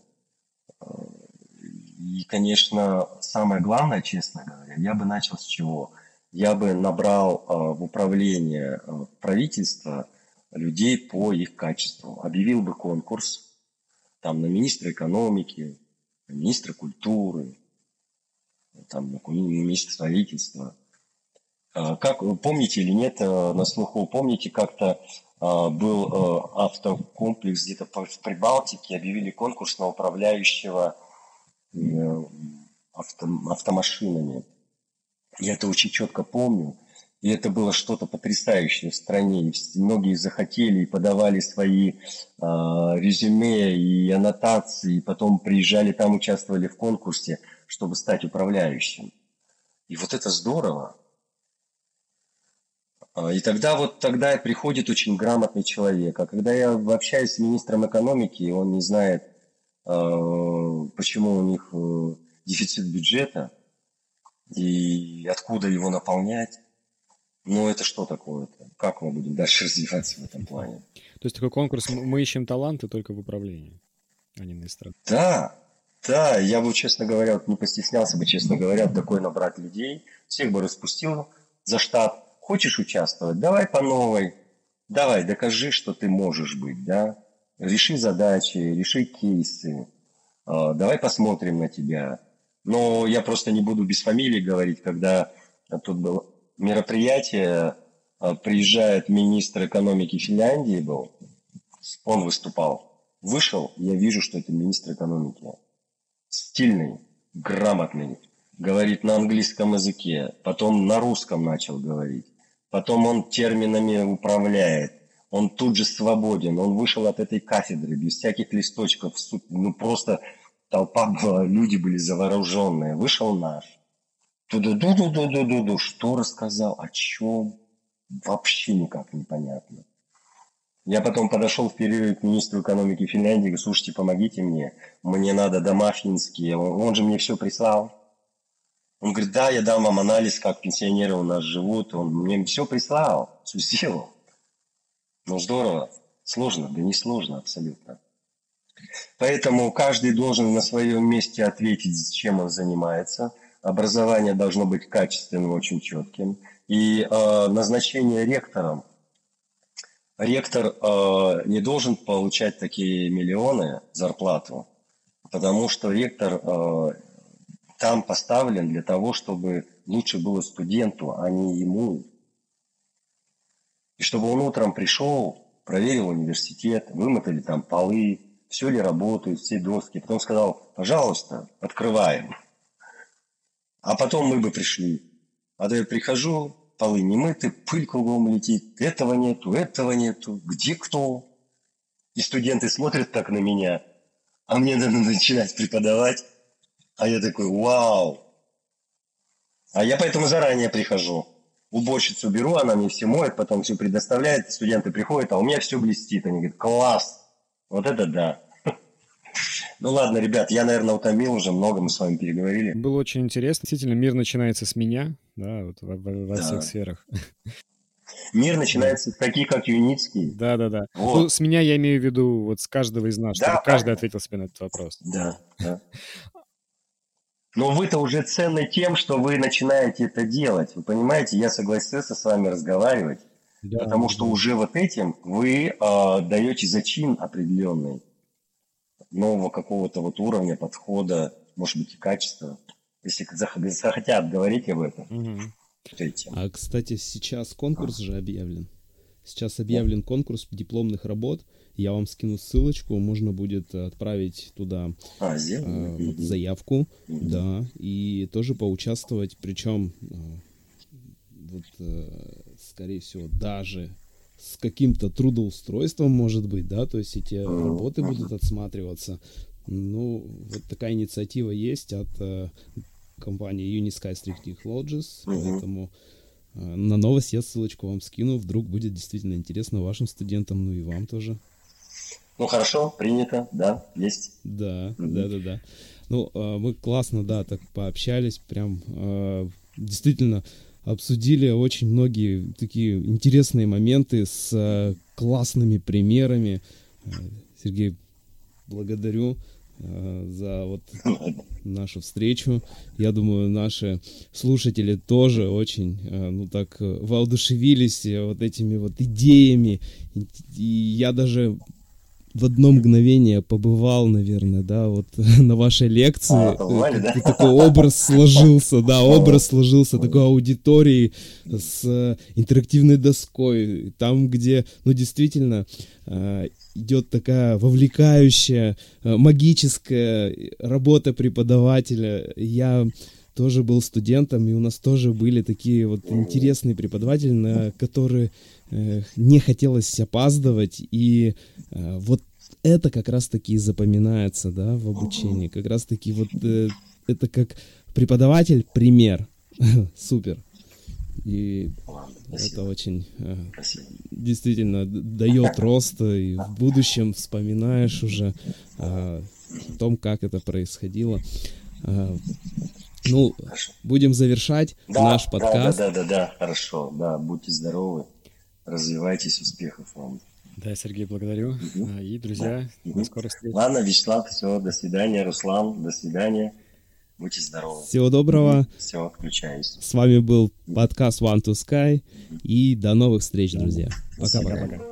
И, конечно, самое главное, честно говоря, я бы начал с чего? Я бы набрал в управление правительства людей по их качеству. Объявил бы конкурс там, на министра экономики, на министра культуры, там, на министра строительства. Как, помните или нет, на слуху, помните, как-то был автокомплекс где-то в Прибалтике, объявили конкурс на управляющего автомашинами. Я это очень четко помню. И это было что-то потрясающее в стране. И многие захотели и подавали свои резюме и аннотации. И потом приезжали там, участвовали в конкурсе, чтобы стать управляющим. И вот это здорово. И тогда приходит очень грамотный человек. А когда я общаюсь с министром экономики, он не знает, почему у них дефицит бюджета и откуда его наполнять. Ну, это что такое-то? Как мы будем дальше развиваться в этом плане? То есть такой конкурс, мы ищем таланты только в управлении, а не на эстраде. Да, я бы, честно говоря, не постеснялся бы, честно говоря, такой набрать людей. Всех бы распустил за штат. Хочешь участвовать? Давай по новой. Давай, докажи, что ты можешь быть, да? Реши задачи, реши кейсы. Давай посмотрим на тебя. Но я просто не буду без фамилии говорить, когда тут было мероприятие, приезжает министр экономики Финляндии был, он выступал. Вышел, я вижу, что это министр экономики. Стильный, грамотный, говорит на английском языке, потом на русском начал говорить, потом он терминами управляет, он тут же свободен, он вышел от этой кафедры без всяких листочков, ну просто толпа была, люди были завороженные, вышел наш. Ду-ду-ду-ду-ду-ду-ду. Что рассказал, о чем? Вообще никак непонятно. Я потом подошел в перерыв к министру экономики Финляндии, говорю, слушайте, помогите мне надо дома финские. Он же мне все прислал. Он говорит, да, я дам вам анализ, как пенсионеры у нас живут. Он мне все прислал, все сделал. Ну здорово. Сложно? Да не сложно абсолютно. Поэтому каждый должен на своем месте ответить, чем он занимается. Образование должно быть качественным, очень четким. И назначение ректором. Ректор не должен получать такие миллионы зарплату, потому что ректор там поставлен для того, чтобы лучше было студенту, а не ему. И чтобы он утром пришел, проверил университет, вымотали там полы, все ли работает, все доски. Потом сказал, пожалуйста, открываем. А потом мы бы пришли. А то я прихожу, полы не мыты, пыль кругом летит, этого нету, где кто? И студенты смотрят так на меня, а мне надо начинать преподавать. А я такой, вау. А я поэтому заранее прихожу. Уборщицу беру, она мне все моет, потом все предоставляет, студенты приходят, а у меня все блестит. Они говорят, класс, вот это да. Ну ладно, ребят, я, наверное, утомил уже, много мы с вами переговорили. Было очень интересно. Действительно, мир начинается с меня, да, вот во всех сферах. Мир начинается с таких, как Юницкий. Да. Вот. Ну, с меня я имею в виду вот с каждого из нас, чтобы каждый ответил себе на этот вопрос. Да. Но вы-то уже ценны тем, что вы начинаете это делать. Вы понимаете, я согласился с вами разговаривать, потому что уже вот этим вы даете зачин определенный нового какого-то вот уровня, подхода, может быть, и качества. Если захотят говорить об этом. А, кстати, сейчас конкурс же объявлен. Сейчас объявлен конкурс дипломных работ. Я вам скину ссылочку, можно будет отправить туда заявку, да, и тоже поучаствовать, причем, скорее всего, даже с каким-то трудоустройством, может быть, да, то есть эти работы будут отсматриваться. Ну, вот такая инициатива есть от компании Unisky Technologies, поэтому на новость я ссылочку вам скину, вдруг будет действительно интересно вашим студентам, ну и вам тоже. Ну, хорошо, принято, да, есть. Да. Ну, мы классно, да, так пообщались, прям действительно обсудили очень многие такие интересные моменты с классными примерами. Сергей, благодарю за вот нашу встречу. Я думаю, наши слушатели тоже очень, ну так, воодушевились вот этими вот идеями. И я даже в одно мгновение побывал, наверное, да, вот на вашей лекции. Такой образ сложился, такой аудитории с интерактивной доской. Там, где, ну, действительно идет такая вовлекающая, магическая работа преподавателя. Я тоже был студентом, и у нас тоже были такие вот интересные преподаватели, на которые не хотелось опаздывать, и вот это как раз-таки и запоминается, да, в обучении. Как раз-таки вот это как преподаватель пример. Супер. И это очень действительно дает рост, и в будущем вспоминаешь уже о том, как это происходило. Ну, будем завершать наш подкаст. Да, хорошо, да, будьте здоровы, развивайтесь, успехов вам. Да, Сергей, благодарю. И, друзья, до скорой встречи. Ладно, Вячеслав, все, до свидания, Руслан, до свидания. Будьте здоровы. Всего доброго. Все, отключаюсь. С вами был подкаст One to Sky. И до новых встреч, друзья. Пока-пока.